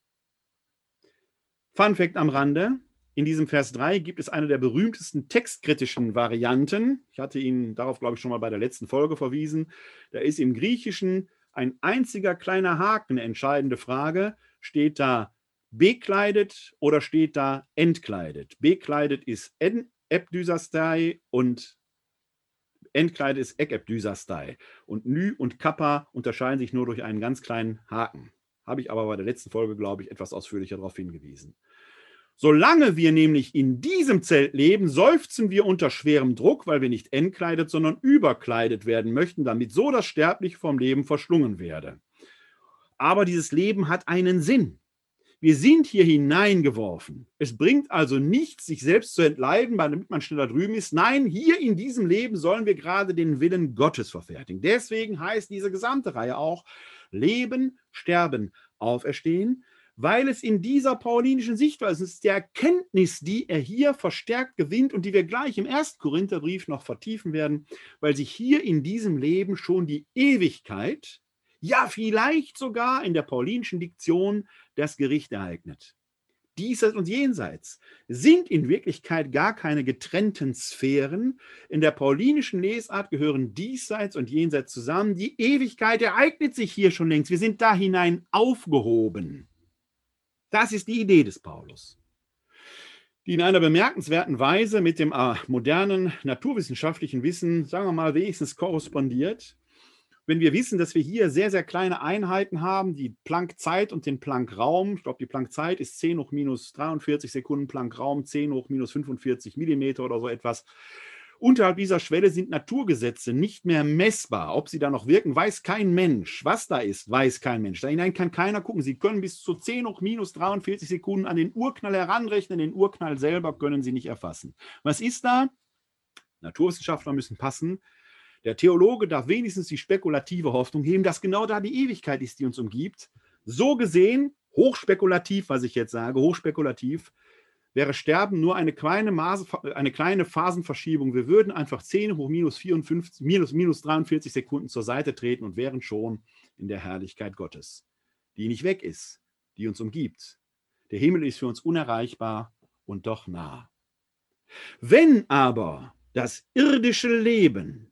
Fun Fact am Rande: In diesem Vers 3 gibt es eine der berühmtesten textkritischen Varianten. Ich hatte Ihnen darauf, glaube ich, schon mal bei der letzten Folge verwiesen. Da ist im Griechischen ein einziger kleiner Haken, eine entscheidende Frage. Steht da bekleidet oder steht da entkleidet? Bekleidet ist Epdysastai und entkleidet ist Ekepdysastai. Und Ny und Kappa unterscheiden sich nur durch einen ganz kleinen Haken. Habe ich aber bei der letzten Folge, glaube ich, etwas ausführlicher darauf hingewiesen. Solange wir nämlich in diesem Zelt leben, seufzen wir unter schwerem Druck, weil wir nicht entkleidet, sondern überkleidet werden möchten, damit so das Sterbliche vom Leben verschlungen werde. Aber dieses Leben hat einen Sinn. Wir sind hier hineingeworfen. Es bringt also nichts, sich selbst zu entleiden, damit man schneller drüben ist. Nein, hier in diesem Leben sollen wir gerade den Willen Gottes verfertigen. Deswegen heißt diese gesamte Reihe auch Leben, Sterben, Auferstehen, weil es in dieser paulinischen Sichtweise ist, der Erkenntnis, die er hier verstärkt gewinnt und die wir gleich im 1. Korintherbrief noch vertiefen werden, weil sich hier in diesem Leben schon die Ewigkeit, ja vielleicht sogar in der paulinischen Diktion, das Gericht ereignet. Diesseits und Jenseits sind in Wirklichkeit gar keine getrennten Sphären. In der paulinischen Lesart gehören Diesseits und Jenseits zusammen. Die Ewigkeit ereignet sich hier schon längst. Wir sind da hinein aufgehoben. Das ist die Idee des Paulus, die in einer bemerkenswerten Weise mit dem modernen naturwissenschaftlichen Wissen, sagen wir mal, wenigstens korrespondiert. Wenn wir wissen, dass wir hier sehr, sehr kleine Einheiten haben, die Planck-Zeit und den Planck-Raum, ich glaube, die Planck-Zeit ist 10 hoch minus 43 Sekunden, Planck-Raum 10 hoch minus 45 Millimeter oder so etwas. Unterhalb dieser Schwelle sind Naturgesetze nicht mehr messbar. Ob sie da noch wirken, weiß kein Mensch. Was da ist, weiß kein Mensch. Da hinein kann keiner gucken. Sie können bis zu 10 hoch minus 43 Sekunden an den Urknall heranrechnen. Den Urknall selber können sie nicht erfassen. Was ist da? Naturwissenschaftler müssen passen. Der Theologe darf wenigstens die spekulative Hoffnung heben, dass genau da die Ewigkeit ist, die uns umgibt. So gesehen, hochspekulativ, was ich jetzt sage, hochspekulativ, wäre Sterben nur eine kleine Phasenverschiebung. Wir würden einfach 10 hoch minus 43 Sekunden zur Seite treten und wären schon in der Herrlichkeit Gottes, die nicht weg ist, die uns umgibt. Der Himmel ist für uns unerreichbar und doch nah. Wenn aber das irdische Leben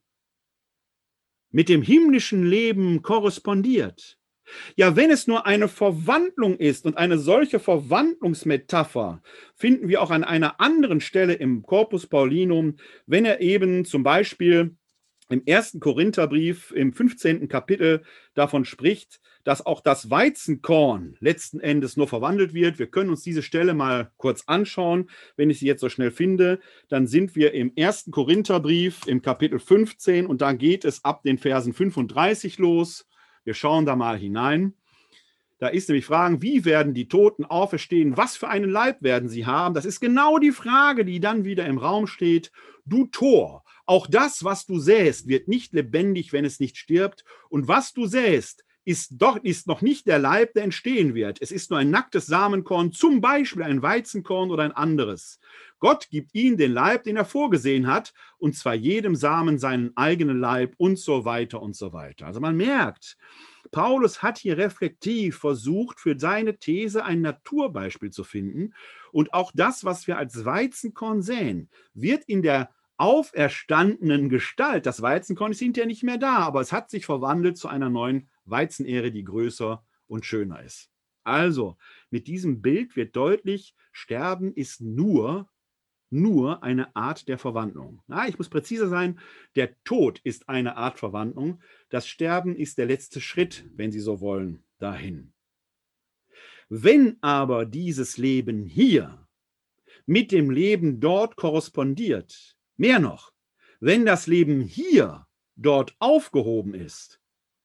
mit dem himmlischen Leben korrespondiert, ja, wenn es nur eine Verwandlung ist, und eine solche Verwandlungsmetapher finden wir auch an einer anderen Stelle im Corpus Paulinum, wenn er eben zum Beispiel im 1. Korintherbrief im 15. Kapitel davon spricht, dass auch das Weizenkorn letzten Endes nur verwandelt wird. Wir können uns diese Stelle mal kurz anschauen. Wenn ich sie jetzt so schnell finde, dann sind wir im 1. Korintherbrief im Kapitel 15 und da geht es ab den Versen 35 los. Wir schauen da mal hinein. Da ist nämlich Fragen, wie werden die Toten auferstehen? Was für einen Leib werden sie haben? Das ist genau die Frage, die dann wieder im Raum steht. Du Tor, auch das, was du säst, wird nicht lebendig, wenn es nicht stirbt. Und was du säst, ist noch nicht der Leib, der entstehen wird. Es ist nur ein nacktes Samenkorn, zum Beispiel ein Weizenkorn oder ein anderes. Gott gibt ihnen den Leib, den er vorgesehen hat, und zwar jedem Samen seinen eigenen Leib und so weiter und so weiter. Also man merkt, Paulus hat hier reflektiv versucht, für seine These ein Naturbeispiel zu finden. Und auch das, was wir als Weizenkorn säen, wird in der auferstandenen Gestalt, das Weizenkorn ist hinterher nicht mehr da, aber es hat sich verwandelt zu einer neuen Weizenähre, die größer und schöner ist. Also, mit diesem Bild wird deutlich, Sterben ist nur eine Art der Verwandlung. Na, ich muss präziser sein, der Tod ist eine Art Verwandlung, das Sterben ist der letzte Schritt, wenn Sie so wollen, dahin. Wenn aber dieses Leben hier mit dem Leben dort korrespondiert, mehr noch, wenn das Leben hier dort aufgehoben ist,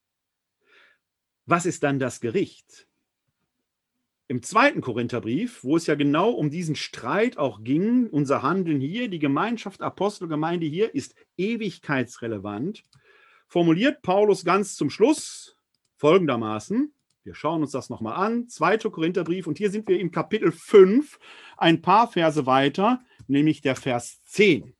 was ist dann das Gericht? Im 2. Korintherbrief, wo es ja genau um diesen Streit auch ging, unser Handeln hier, die Gemeinschaft Apostelgemeinde hier ist ewigkeitsrelevant, formuliert Paulus ganz zum Schluss folgendermaßen, wir schauen uns das nochmal an, 2. Korintherbrief, und hier sind wir im Kapitel 5, ein paar Verse weiter, nämlich der Vers 10.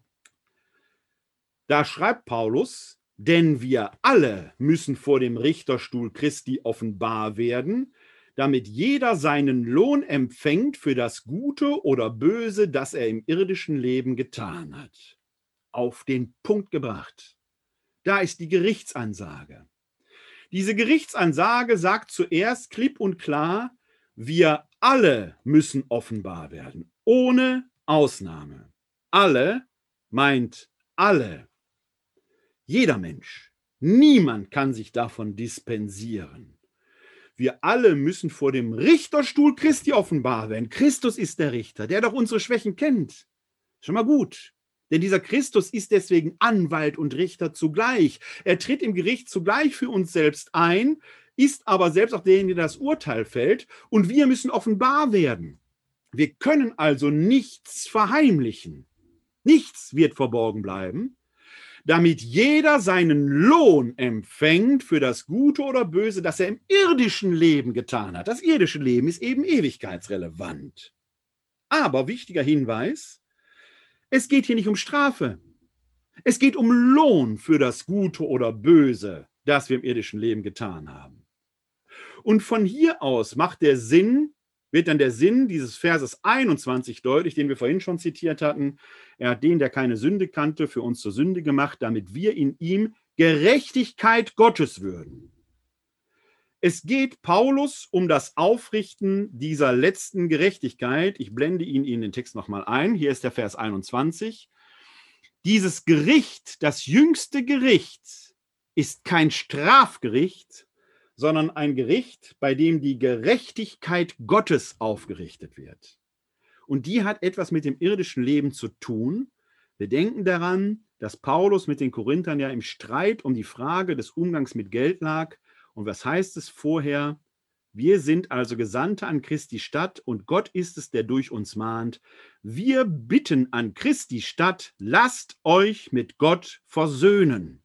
Da schreibt Paulus, denn wir alle müssen vor dem Richterstuhl Christi offenbar werden, damit jeder seinen Lohn empfängt für das Gute oder Böse, das er im irdischen Leben getan hat. Auf den Punkt gebracht. Da ist die Gerichtsansage. Diese Gerichtsansage sagt zuerst klipp und klar, wir alle müssen offenbar werden, ohne Ausnahme. Alle meint alle. Jeder Mensch. Niemand kann sich davon dispensieren. Wir alle müssen vor dem Richterstuhl Christi offenbar werden. Christus ist der Richter, der doch unsere Schwächen kennt. Schon mal gut. Denn dieser Christus ist deswegen Anwalt und Richter zugleich. Er tritt im Gericht zugleich für uns selbst ein, ist aber selbst auch derjenige, der das Urteil fällt. Und wir müssen offenbar werden. Wir können also nichts verheimlichen. Nichts wird verborgen bleiben, damit jeder seinen Lohn empfängt für das Gute oder Böse, das er im irdischen Leben getan hat. Das irdische Leben ist eben ewigkeitsrelevant. Aber wichtiger Hinweis, es geht hier nicht um Strafe. Es geht um Lohn für das Gute oder Böse, das wir im irdischen Leben getan haben. Und von hier aus wird dann der Sinn dieses Verses 21 deutlich, den wir vorhin schon zitiert hatten. Er hat den, der keine Sünde kannte, für uns zur Sünde gemacht, damit wir in ihm Gerechtigkeit Gottes würden. Es geht Paulus um das Aufrichten dieser letzten Gerechtigkeit. Ich blende Ihnen den Text nochmal ein. Hier ist der Vers 21. Dieses Gericht, das jüngste Gericht, ist kein Strafgericht, sondern ein Gericht, bei dem die Gerechtigkeit Gottes aufgerichtet wird. Und die hat etwas mit dem irdischen Leben zu tun. Wir denken daran, dass Paulus mit den Korinthern ja im Streit um die Frage des Umgangs mit Geld lag. Und was heißt es vorher? Wir sind also Gesandte an Christi Stadt und Gott ist es, der durch uns mahnt. Wir bitten an Christi Stadt, lasst euch mit Gott versöhnen.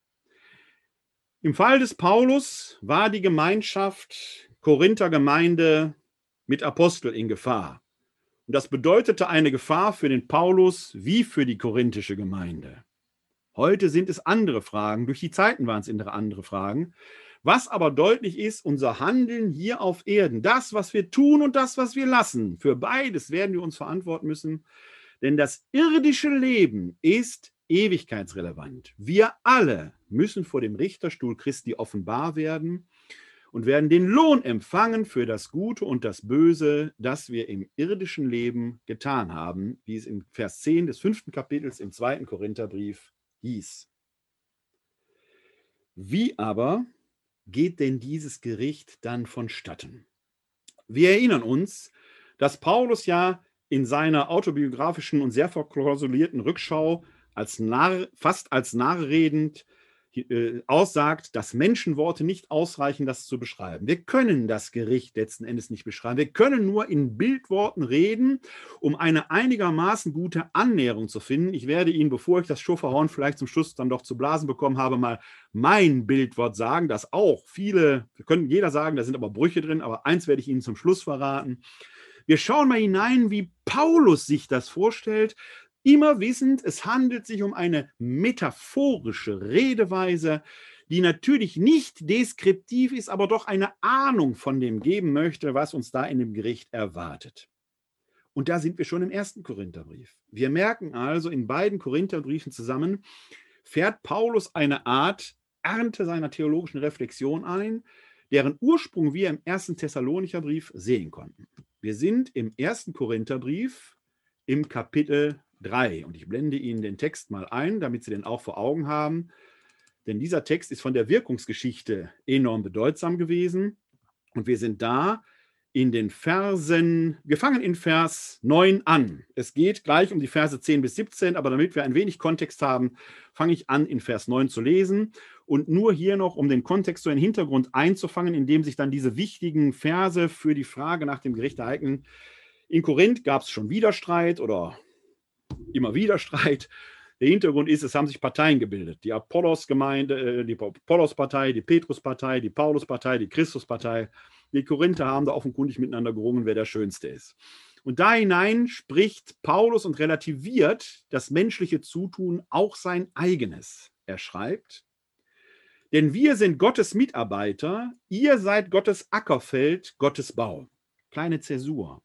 Im Fall des Paulus war die Gemeinschaft Korinther Gemeinde mit Apostel in Gefahr. Und das bedeutete eine Gefahr für den Paulus wie für die korinthische Gemeinde. Heute sind es andere Fragen, durch die Zeiten waren es andere Fragen. Was aber deutlich ist, unser Handeln hier auf Erden, das, was wir tun und das, was wir lassen, für beides werden wir uns verantworten müssen, denn das irdische Leben ist ewigkeitsrelevant. Wir alle müssen vor dem Richterstuhl Christi offenbar werden und werden den Lohn empfangen für das Gute und das Böse, das wir im irdischen Leben getan haben, wie es im Vers 10 des 5. Kapitels im 2. Korintherbrief hieß. Wie aber geht denn dieses Gericht dann vonstatten? Wir erinnern uns, dass Paulus ja in seiner autobiografischen und sehr verklausulierten Rückschau fast als Narr redend aussagt, dass Menschenworte nicht ausreichen, das zu beschreiben. Wir können das Gericht letzten Endes nicht beschreiben. Wir können nur in Bildworten reden, um eine einigermaßen gute Annäherung zu finden. Ich werde Ihnen, bevor ich das Schofahorn vielleicht zum Schluss dann doch zu blasen bekommen habe, mal mein Bildwort sagen, das auch viele, wir können jeder sagen, da sind aber Brüche drin, aber eins werde ich Ihnen zum Schluss verraten. Wir schauen mal hinein, wie Paulus sich das vorstellt, immer wissend, es handelt sich um eine metaphorische Redeweise, die natürlich nicht deskriptiv ist, aber doch eine Ahnung von dem geben möchte, was uns da in dem Gericht erwartet. Und da sind wir schon im 1. Korintherbrief. Wir merken also, in beiden Korintherbriefen zusammen fährt Paulus eine Art Ernte seiner theologischen Reflexion ein, deren Ursprung wir im 1. Thessalonicher Brief sehen konnten. Wir sind im 1. Korintherbrief im Kapitel 3 und ich blende Ihnen den Text mal ein, damit Sie den auch vor Augen haben, denn dieser Text ist von der Wirkungsgeschichte enorm bedeutsam gewesen und wir sind da in den Versen, wir fangen in Vers 9 an. Es geht gleich um die Verse 10 bis 17, aber damit wir ein wenig Kontext haben, fange ich an, in Vers 9 zu lesen und nur hier noch, um den Kontext so in den Hintergrund einzufangen, in dem sich dann diese wichtigen Verse für die Frage nach dem Gericht ereignen. In Korinth gab es schon Widerstreit oder immer wieder Streit. Der Hintergrund ist, es haben sich Parteien gebildet. Die Apollos-Gemeinde, die Apollos-Partei, die Petrus-Partei, die Paulus-Partei, die Christus-Partei. Die Korinther haben da offenkundig miteinander gerungen, wer der Schönste ist. Und da hinein spricht Paulus und relativiert das menschliche Zutun, auch sein eigenes. Er schreibt, denn wir sind Gottes Mitarbeiter, ihr seid Gottes Ackerfeld, Gottes Bau. Kleine Zäsur.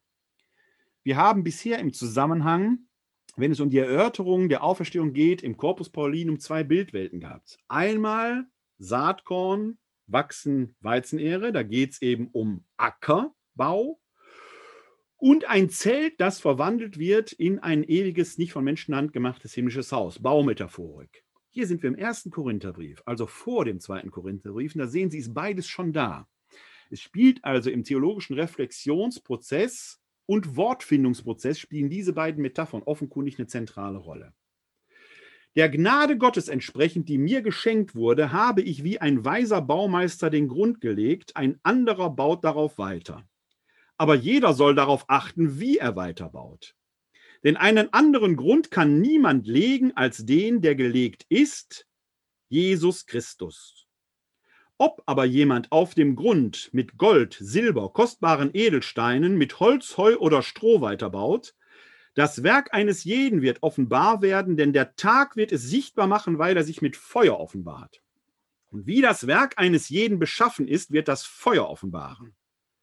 Wir haben bisher im Zusammenhang, wenn es um die Erörterung der Auferstehung geht, im Corpus Paulinum 2 Bildwelten gehabt. Einmal Saatkorn, Wachsen, Weizenähre, da geht es eben um Ackerbau und ein Zelt, das verwandelt wird in ein ewiges, nicht von Menschenhand gemachtes himmlisches Haus, Baumetaphorik. Hier sind wir im 1. Korintherbrief, also vor dem 2. Korintherbrief, und da sehen Sie, ist beides schon da. Es spielt also im theologischen Reflexionsprozess und Wortfindungsprozess spielen diese beiden Metaphern offenkundig eine zentrale Rolle. Der Gnade Gottes entsprechend, die mir geschenkt wurde, habe ich wie ein weiser Baumeister den Grund gelegt, ein anderer baut darauf weiter. Aber jeder soll darauf achten, wie er weiterbaut. Denn einen anderen Grund kann niemand legen als den, der gelegt ist, Jesus Christus. Ob aber jemand auf dem Grund mit Gold, Silber, kostbaren Edelsteinen, mit Holz, Heu oder Stroh weiterbaut, das Werk eines jeden wird offenbar werden, denn der Tag wird es sichtbar machen, weil er sich mit Feuer offenbart. Und wie das Werk eines jeden beschaffen ist, wird das Feuer offenbaren.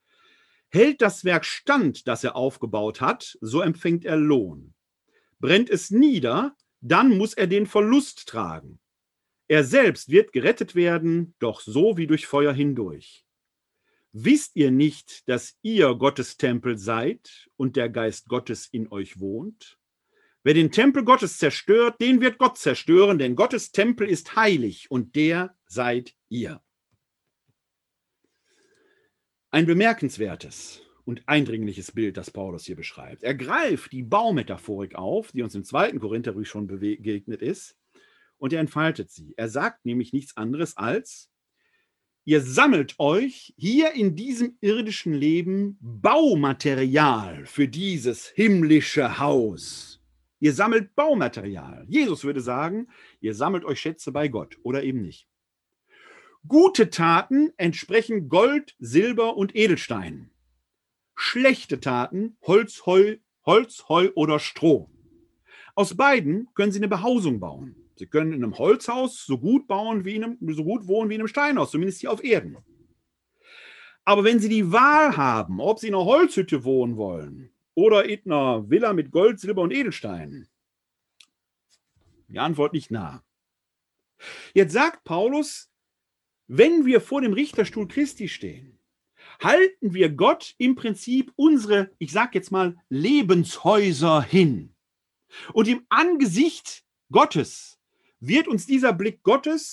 Hält das Werk stand, das er aufgebaut hat, so empfängt er Lohn. Brennt es nieder, dann muss er den Verlust tragen. Er selbst wird gerettet werden, doch so wie durch Feuer hindurch. Wisst ihr nicht, dass ihr Gottes Tempel seid und der Geist Gottes in euch wohnt? Wer den Tempel Gottes zerstört, den wird Gott zerstören, denn Gottes Tempel ist heilig und der seid ihr. Ein bemerkenswertes und eindringliches Bild, das Paulus hier beschreibt. Er greift die Baumetaphorik auf, die uns im 2. Korintherbrief schon begegnet ist, und er entfaltet sie. Er sagt nämlich nichts anderes als, ihr sammelt euch hier in diesem irdischen Leben Baumaterial für dieses himmlische Haus. Ihr sammelt Baumaterial. Jesus würde sagen, ihr sammelt euch Schätze bei Gott oder eben nicht. Gute Taten entsprechen Gold, Silber und Edelstein. Schlechte Taten Holz, Heu oder Stroh. Aus beiden können Sie eine Behausung bauen. Sie können in einem Holzhaus so gut wohnen wie in einem Steinhaus, zumindest hier auf Erden. Aber wenn Sie die Wahl haben, ob Sie in einer Holzhütte wohnen wollen oder in einer Villa mit Gold, Silber und Edelsteinen, die Antwort liegt nahe. Jetzt sagt Paulus, wenn wir vor dem Richterstuhl Christi stehen, halten wir Gott im Prinzip unsere, ich sage jetzt mal, Lebenshäuser hin. Und im Angesicht Gottes wird uns dieser Blick Gottes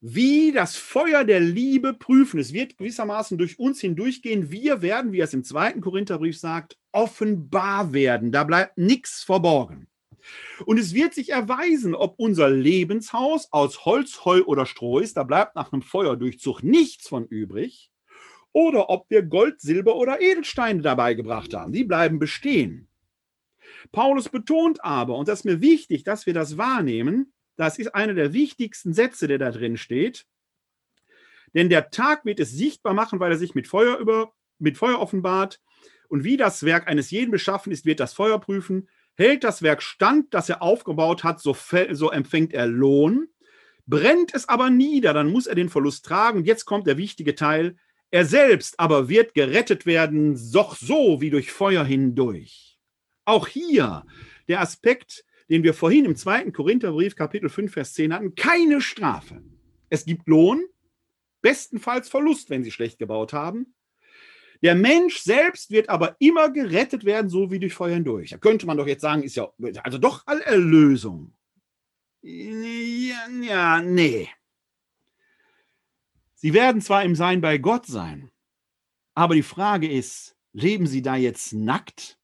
wie das Feuer der Liebe prüfen. Es wird gewissermaßen durch uns hindurchgehen. Wir werden, wie er es im 2. Korintherbrief sagt, offenbar werden. Da bleibt nichts verborgen. Und es wird sich erweisen, ob unser Lebenshaus aus Holz, Heu oder Stroh ist. Da bleibt nach einem Feuerdurchzug nichts von übrig. Oder ob wir Gold, Silber oder Edelsteine dabei gebracht haben. Die bleiben bestehen. Paulus betont aber, und das ist mir wichtig, dass wir das wahrnehmen, das ist einer der wichtigsten Sätze, der da drin steht, denn der Tag wird es sichtbar machen, weil er sich mit Feuer offenbart. Und wie das Werk eines jeden beschaffen ist, wird das Feuer prüfen. Hält das Werk stand, das er aufgebaut hat, so empfängt er Lohn. Brennt es aber nieder, dann muss er den Verlust tragen. Und jetzt kommt der wichtige Teil. Er selbst aber wird gerettet werden, doch so wie durch Feuer hindurch. Auch hier der Aspekt, den wir vorhin im 2. Korintherbrief, Kapitel 5, Vers 10 hatten, keine Strafe. Es gibt Lohn, bestenfalls Verlust, wenn sie schlecht gebaut haben. Der Mensch selbst wird aber immer gerettet werden, so wie durch Feuer hindurch. Da könnte man doch jetzt sagen, ist ja also doch Allerlösung. Ja, nee. Sie werden zwar im Sein bei Gott sein, aber die Frage ist, leben sie da jetzt nackt?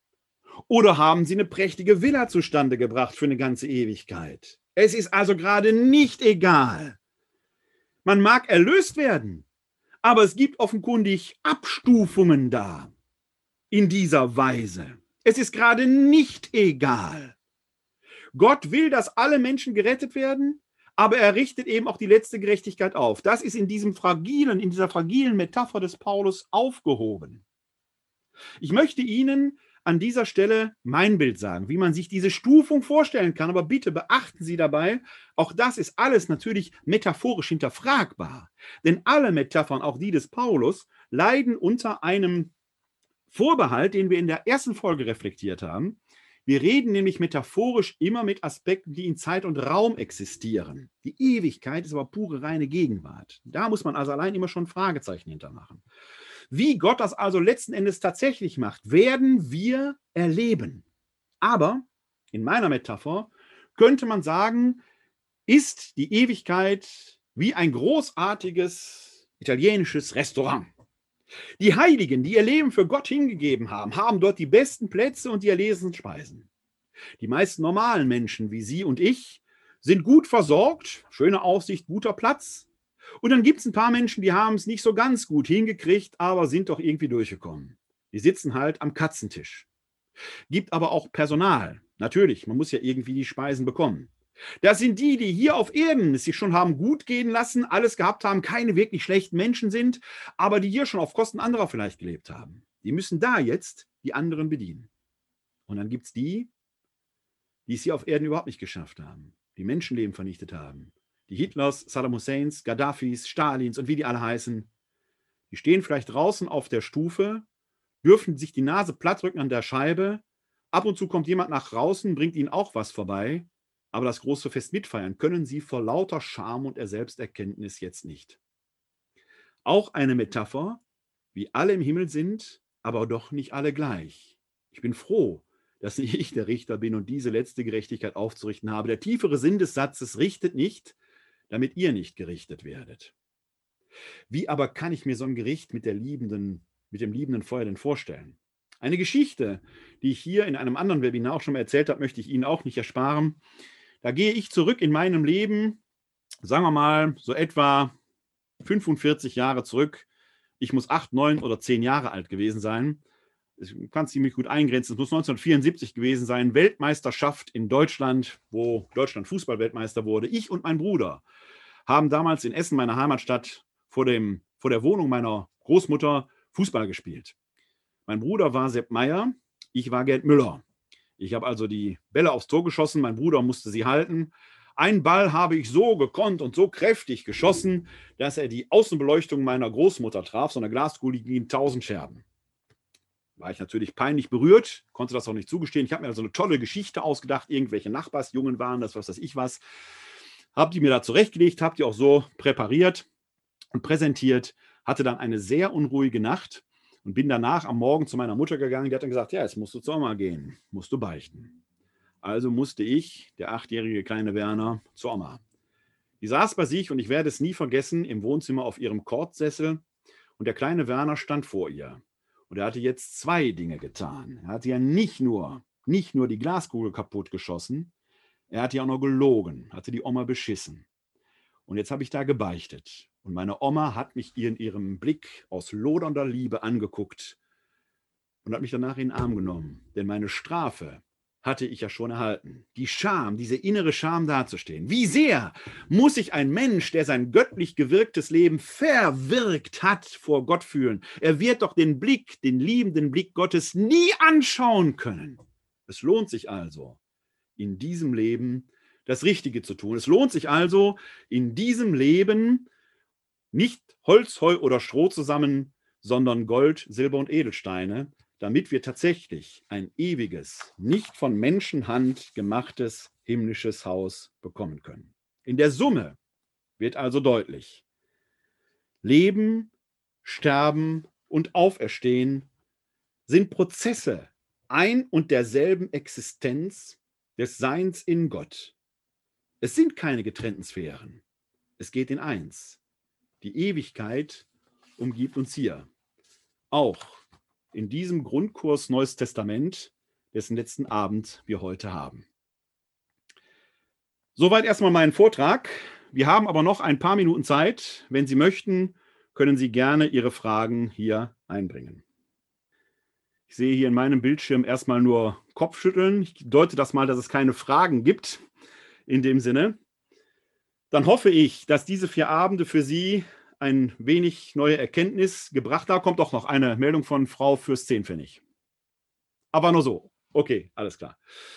Oder haben sie eine prächtige Villa zustande gebracht für eine ganze Ewigkeit? Es ist also gerade nicht egal. Man mag erlöst werden, aber es gibt offenkundig Abstufungen da in dieser Weise. Es ist gerade nicht egal. Gott will, dass alle Menschen gerettet werden, aber er richtet eben auch die letzte Gerechtigkeit auf. Das ist in dieser fragilen Metapher des Paulus aufgehoben. Ich möchte Ihnen an dieser Stelle mein Bild sagen, wie man sich diese Stufung vorstellen kann. Aber bitte beachten Sie dabei, auch das ist alles natürlich metaphorisch hinterfragbar. Denn alle Metaphern, auch die des Paulus, leiden unter einem Vorbehalt, den wir in der ersten Folge reflektiert haben. Wir reden nämlich metaphorisch immer mit Aspekten, die in Zeit und Raum existieren. Die Ewigkeit ist aber pure reine Gegenwart. Da muss man also allein immer schon Fragezeichen hintermachen. Wie Gott das also letzten Endes tatsächlich macht, werden wir erleben. Aber in meiner Metapher könnte man sagen, ist die Ewigkeit wie ein großartiges italienisches Restaurant. Die Heiligen, die ihr Leben für Gott hingegeben haben, haben dort die besten Plätze und die erlesensten Speisen. Die meisten normalen Menschen wie Sie und ich sind gut versorgt, schöne Aussicht, guter Platz. Und dann gibt es ein paar Menschen, die haben es nicht so ganz gut hingekriegt, aber sind doch irgendwie durchgekommen. Die sitzen halt am Katzentisch. Gibt aber auch Personal. Natürlich, man muss ja irgendwie die Speisen bekommen. Das sind die hier auf Erden es sich schon haben gut gehen lassen, alles gehabt haben, keine wirklich schlechten Menschen sind, aber die hier schon auf Kosten anderer vielleicht gelebt haben. Die müssen da jetzt die anderen bedienen. Und dann gibt es die es hier auf Erden überhaupt nicht geschafft haben, die Menschenleben vernichtet haben. Die Hitlers, Saddam Husseins, Gaddafis, Stalins und wie die alle heißen, die stehen vielleicht draußen auf der Stufe, dürfen sich die Nase plattrücken an der Scheibe. Ab und zu kommt jemand nach draußen, bringt ihnen auch was vorbei. Aber das große Fest mitfeiern können sie vor lauter Scham und Selbsterkenntnis jetzt nicht. Auch eine Metapher, wie alle im Himmel sind, aber doch nicht alle gleich. Ich bin froh, dass nicht ich der Richter bin und diese letzte Gerechtigkeit aufzurichten habe. Der tiefere Sinn des Satzes richtet nicht, damit ihr nicht gerichtet werdet. Wie aber kann ich mir so ein Gericht mit dem liebenden Feuer denn vorstellen? Eine Geschichte, die ich hier in einem anderen Webinar auch schon mal erzählt habe, möchte ich Ihnen auch nicht ersparen. Da gehe ich zurück in meinem Leben, sagen wir mal, so etwa 45 Jahre zurück. Ich muss 8, 9 oder 10 Jahre alt gewesen sein. Ich kann es ziemlich gut eingrenzen. Es muss 1974 gewesen sein. Weltmeisterschaft in Deutschland, wo Deutschland Fußballweltmeister wurde. Ich und mein Bruder haben damals in Essen, meiner Heimatstadt, vor der Wohnung meiner Großmutter Fußball gespielt. Mein Bruder war Sepp Meier, ich war Gerd Müller. Ich habe also die Bälle aufs Tor geschossen, mein Bruder musste sie halten. Einen Ball habe ich so gekonnt und so kräftig geschossen, dass er die Außenbeleuchtung meiner Großmutter traf, so eine Glaskugel in 1000 Scherben. War ich natürlich peinlich berührt, konnte das auch nicht zugestehen. Ich habe mir also eine tolle Geschichte ausgedacht, irgendwelche Nachbarsjungen waren das, was weiß ich was. Habe die mir da zurechtgelegt, habe die auch so präpariert und präsentiert, hatte dann eine sehr unruhige Nacht und bin danach am Morgen zu meiner Mutter gegangen. Die hat dann gesagt, ja, jetzt musst du zur Oma gehen, musst du beichten. Also musste ich, der 8-jährige kleine Werner, zur Oma. Die saß bei sich und ich werde es nie vergessen, im Wohnzimmer auf ihrem Kordsessel und der kleine Werner stand vor ihr. Und er hatte jetzt zwei Dinge getan. Er hatte ja nicht nur die Glaskugel kaputt geschossen, er hatte ja auch noch gelogen, hatte die Oma beschissen. Und jetzt habe ich da gebeichtet. Und meine Oma hat mich in ihrem Blick aus lodernder Liebe angeguckt und hat mich danach in den Arm genommen. Denn meine Strafe hatte ich ja schon erhalten. Die Scham, diese innere Scham dazustehen. Wie sehr muss sich ein Mensch, der sein göttlich gewirktes Leben verwirkt hat, vor Gott fühlen? Er wird doch den Blick, den liebenden Blick Gottes nie anschauen können. Es lohnt sich also, in diesem Leben das Richtige zu tun. Es lohnt sich also, in diesem Leben nicht Holz, Heu oder Stroh zusammen, sondern Gold, Silber und Edelsteine, damit wir tatsächlich ein ewiges, nicht von Menschenhand gemachtes himmlisches Haus bekommen können. In der Summe wird also deutlich: Leben, Sterben und Auferstehen sind Prozesse ein und derselben Existenz des Seins in Gott. Es sind keine getrennten Sphären. Es geht in eins. Die Ewigkeit umgibt uns hier. Auch in diesem Grundkurs Neues Testament, dessen letzten Abend wir heute haben. Soweit erstmal meinen Vortrag. Wir haben aber noch ein paar Minuten Zeit. Wenn Sie möchten, können Sie gerne Ihre Fragen hier einbringen. Ich sehe hier in meinem Bildschirm erstmal nur Kopfschütteln. Ich deute das mal, dass es keine Fragen gibt in dem Sinne. Dann hoffe ich, dass diese 4 Abende für Sie ein wenig neue Erkenntnis gebracht haben. Da kommt auch noch eine Meldung von Frau Fürst 10 Pfennig. Aber nur so. Okay, alles klar.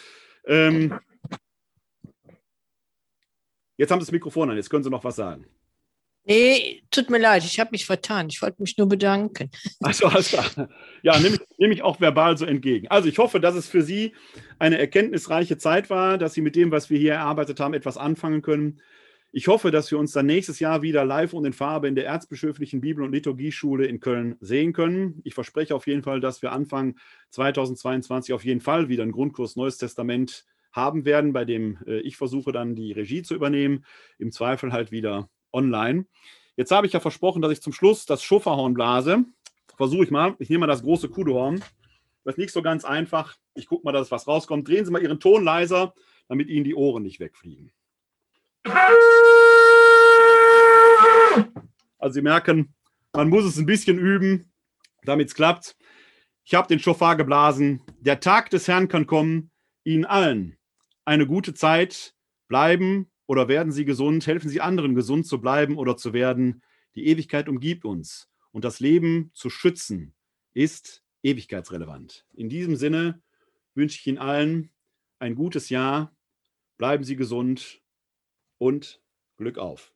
Jetzt haben Sie das Mikrofon an, jetzt können Sie noch was sagen. Nee, tut mir leid, ich habe mich vertan. Ich wollte mich nur bedanken. Also, alles klar. Ja, nehme ich auch verbal so entgegen. Also ich hoffe, dass es für Sie eine erkenntnisreiche Zeit war, dass Sie mit dem, was wir hier erarbeitet haben, etwas anfangen können. Ich hoffe, dass wir uns dann nächstes Jahr wieder live und in Farbe in der Erzbischöflichen Bibel- und Liturgieschule in Köln sehen können. Ich verspreche auf jeden Fall, dass wir Anfang 2022 auf jeden Fall wieder einen Grundkurs Neues Testament haben werden, bei dem ich versuche dann die Regie zu übernehmen, im Zweifel halt wieder online. Jetzt habe ich ja versprochen, dass ich zum Schluss das Schofahorn blase. Versuche ich mal. Ich nehme mal das große Kuhhorn. Das ist nicht so ganz einfach. Ich gucke mal, dass was rauskommt. Drehen Sie mal Ihren Ton leiser, damit Ihnen die Ohren nicht wegfliegen. Also Sie merken, man muss es ein bisschen üben, damit es klappt. Ich habe den Schofar geblasen. Der Tag des Herrn kann kommen. Ihnen allen eine gute Zeit. Bleiben oder werden Sie gesund? Helfen Sie anderen, gesund zu bleiben oder zu werden. Die Ewigkeit umgibt uns. Und das Leben zu schützen ist ewigkeitsrelevant. In diesem Sinne wünsche ich Ihnen allen ein gutes Jahr. Bleiben Sie gesund und Glück auf.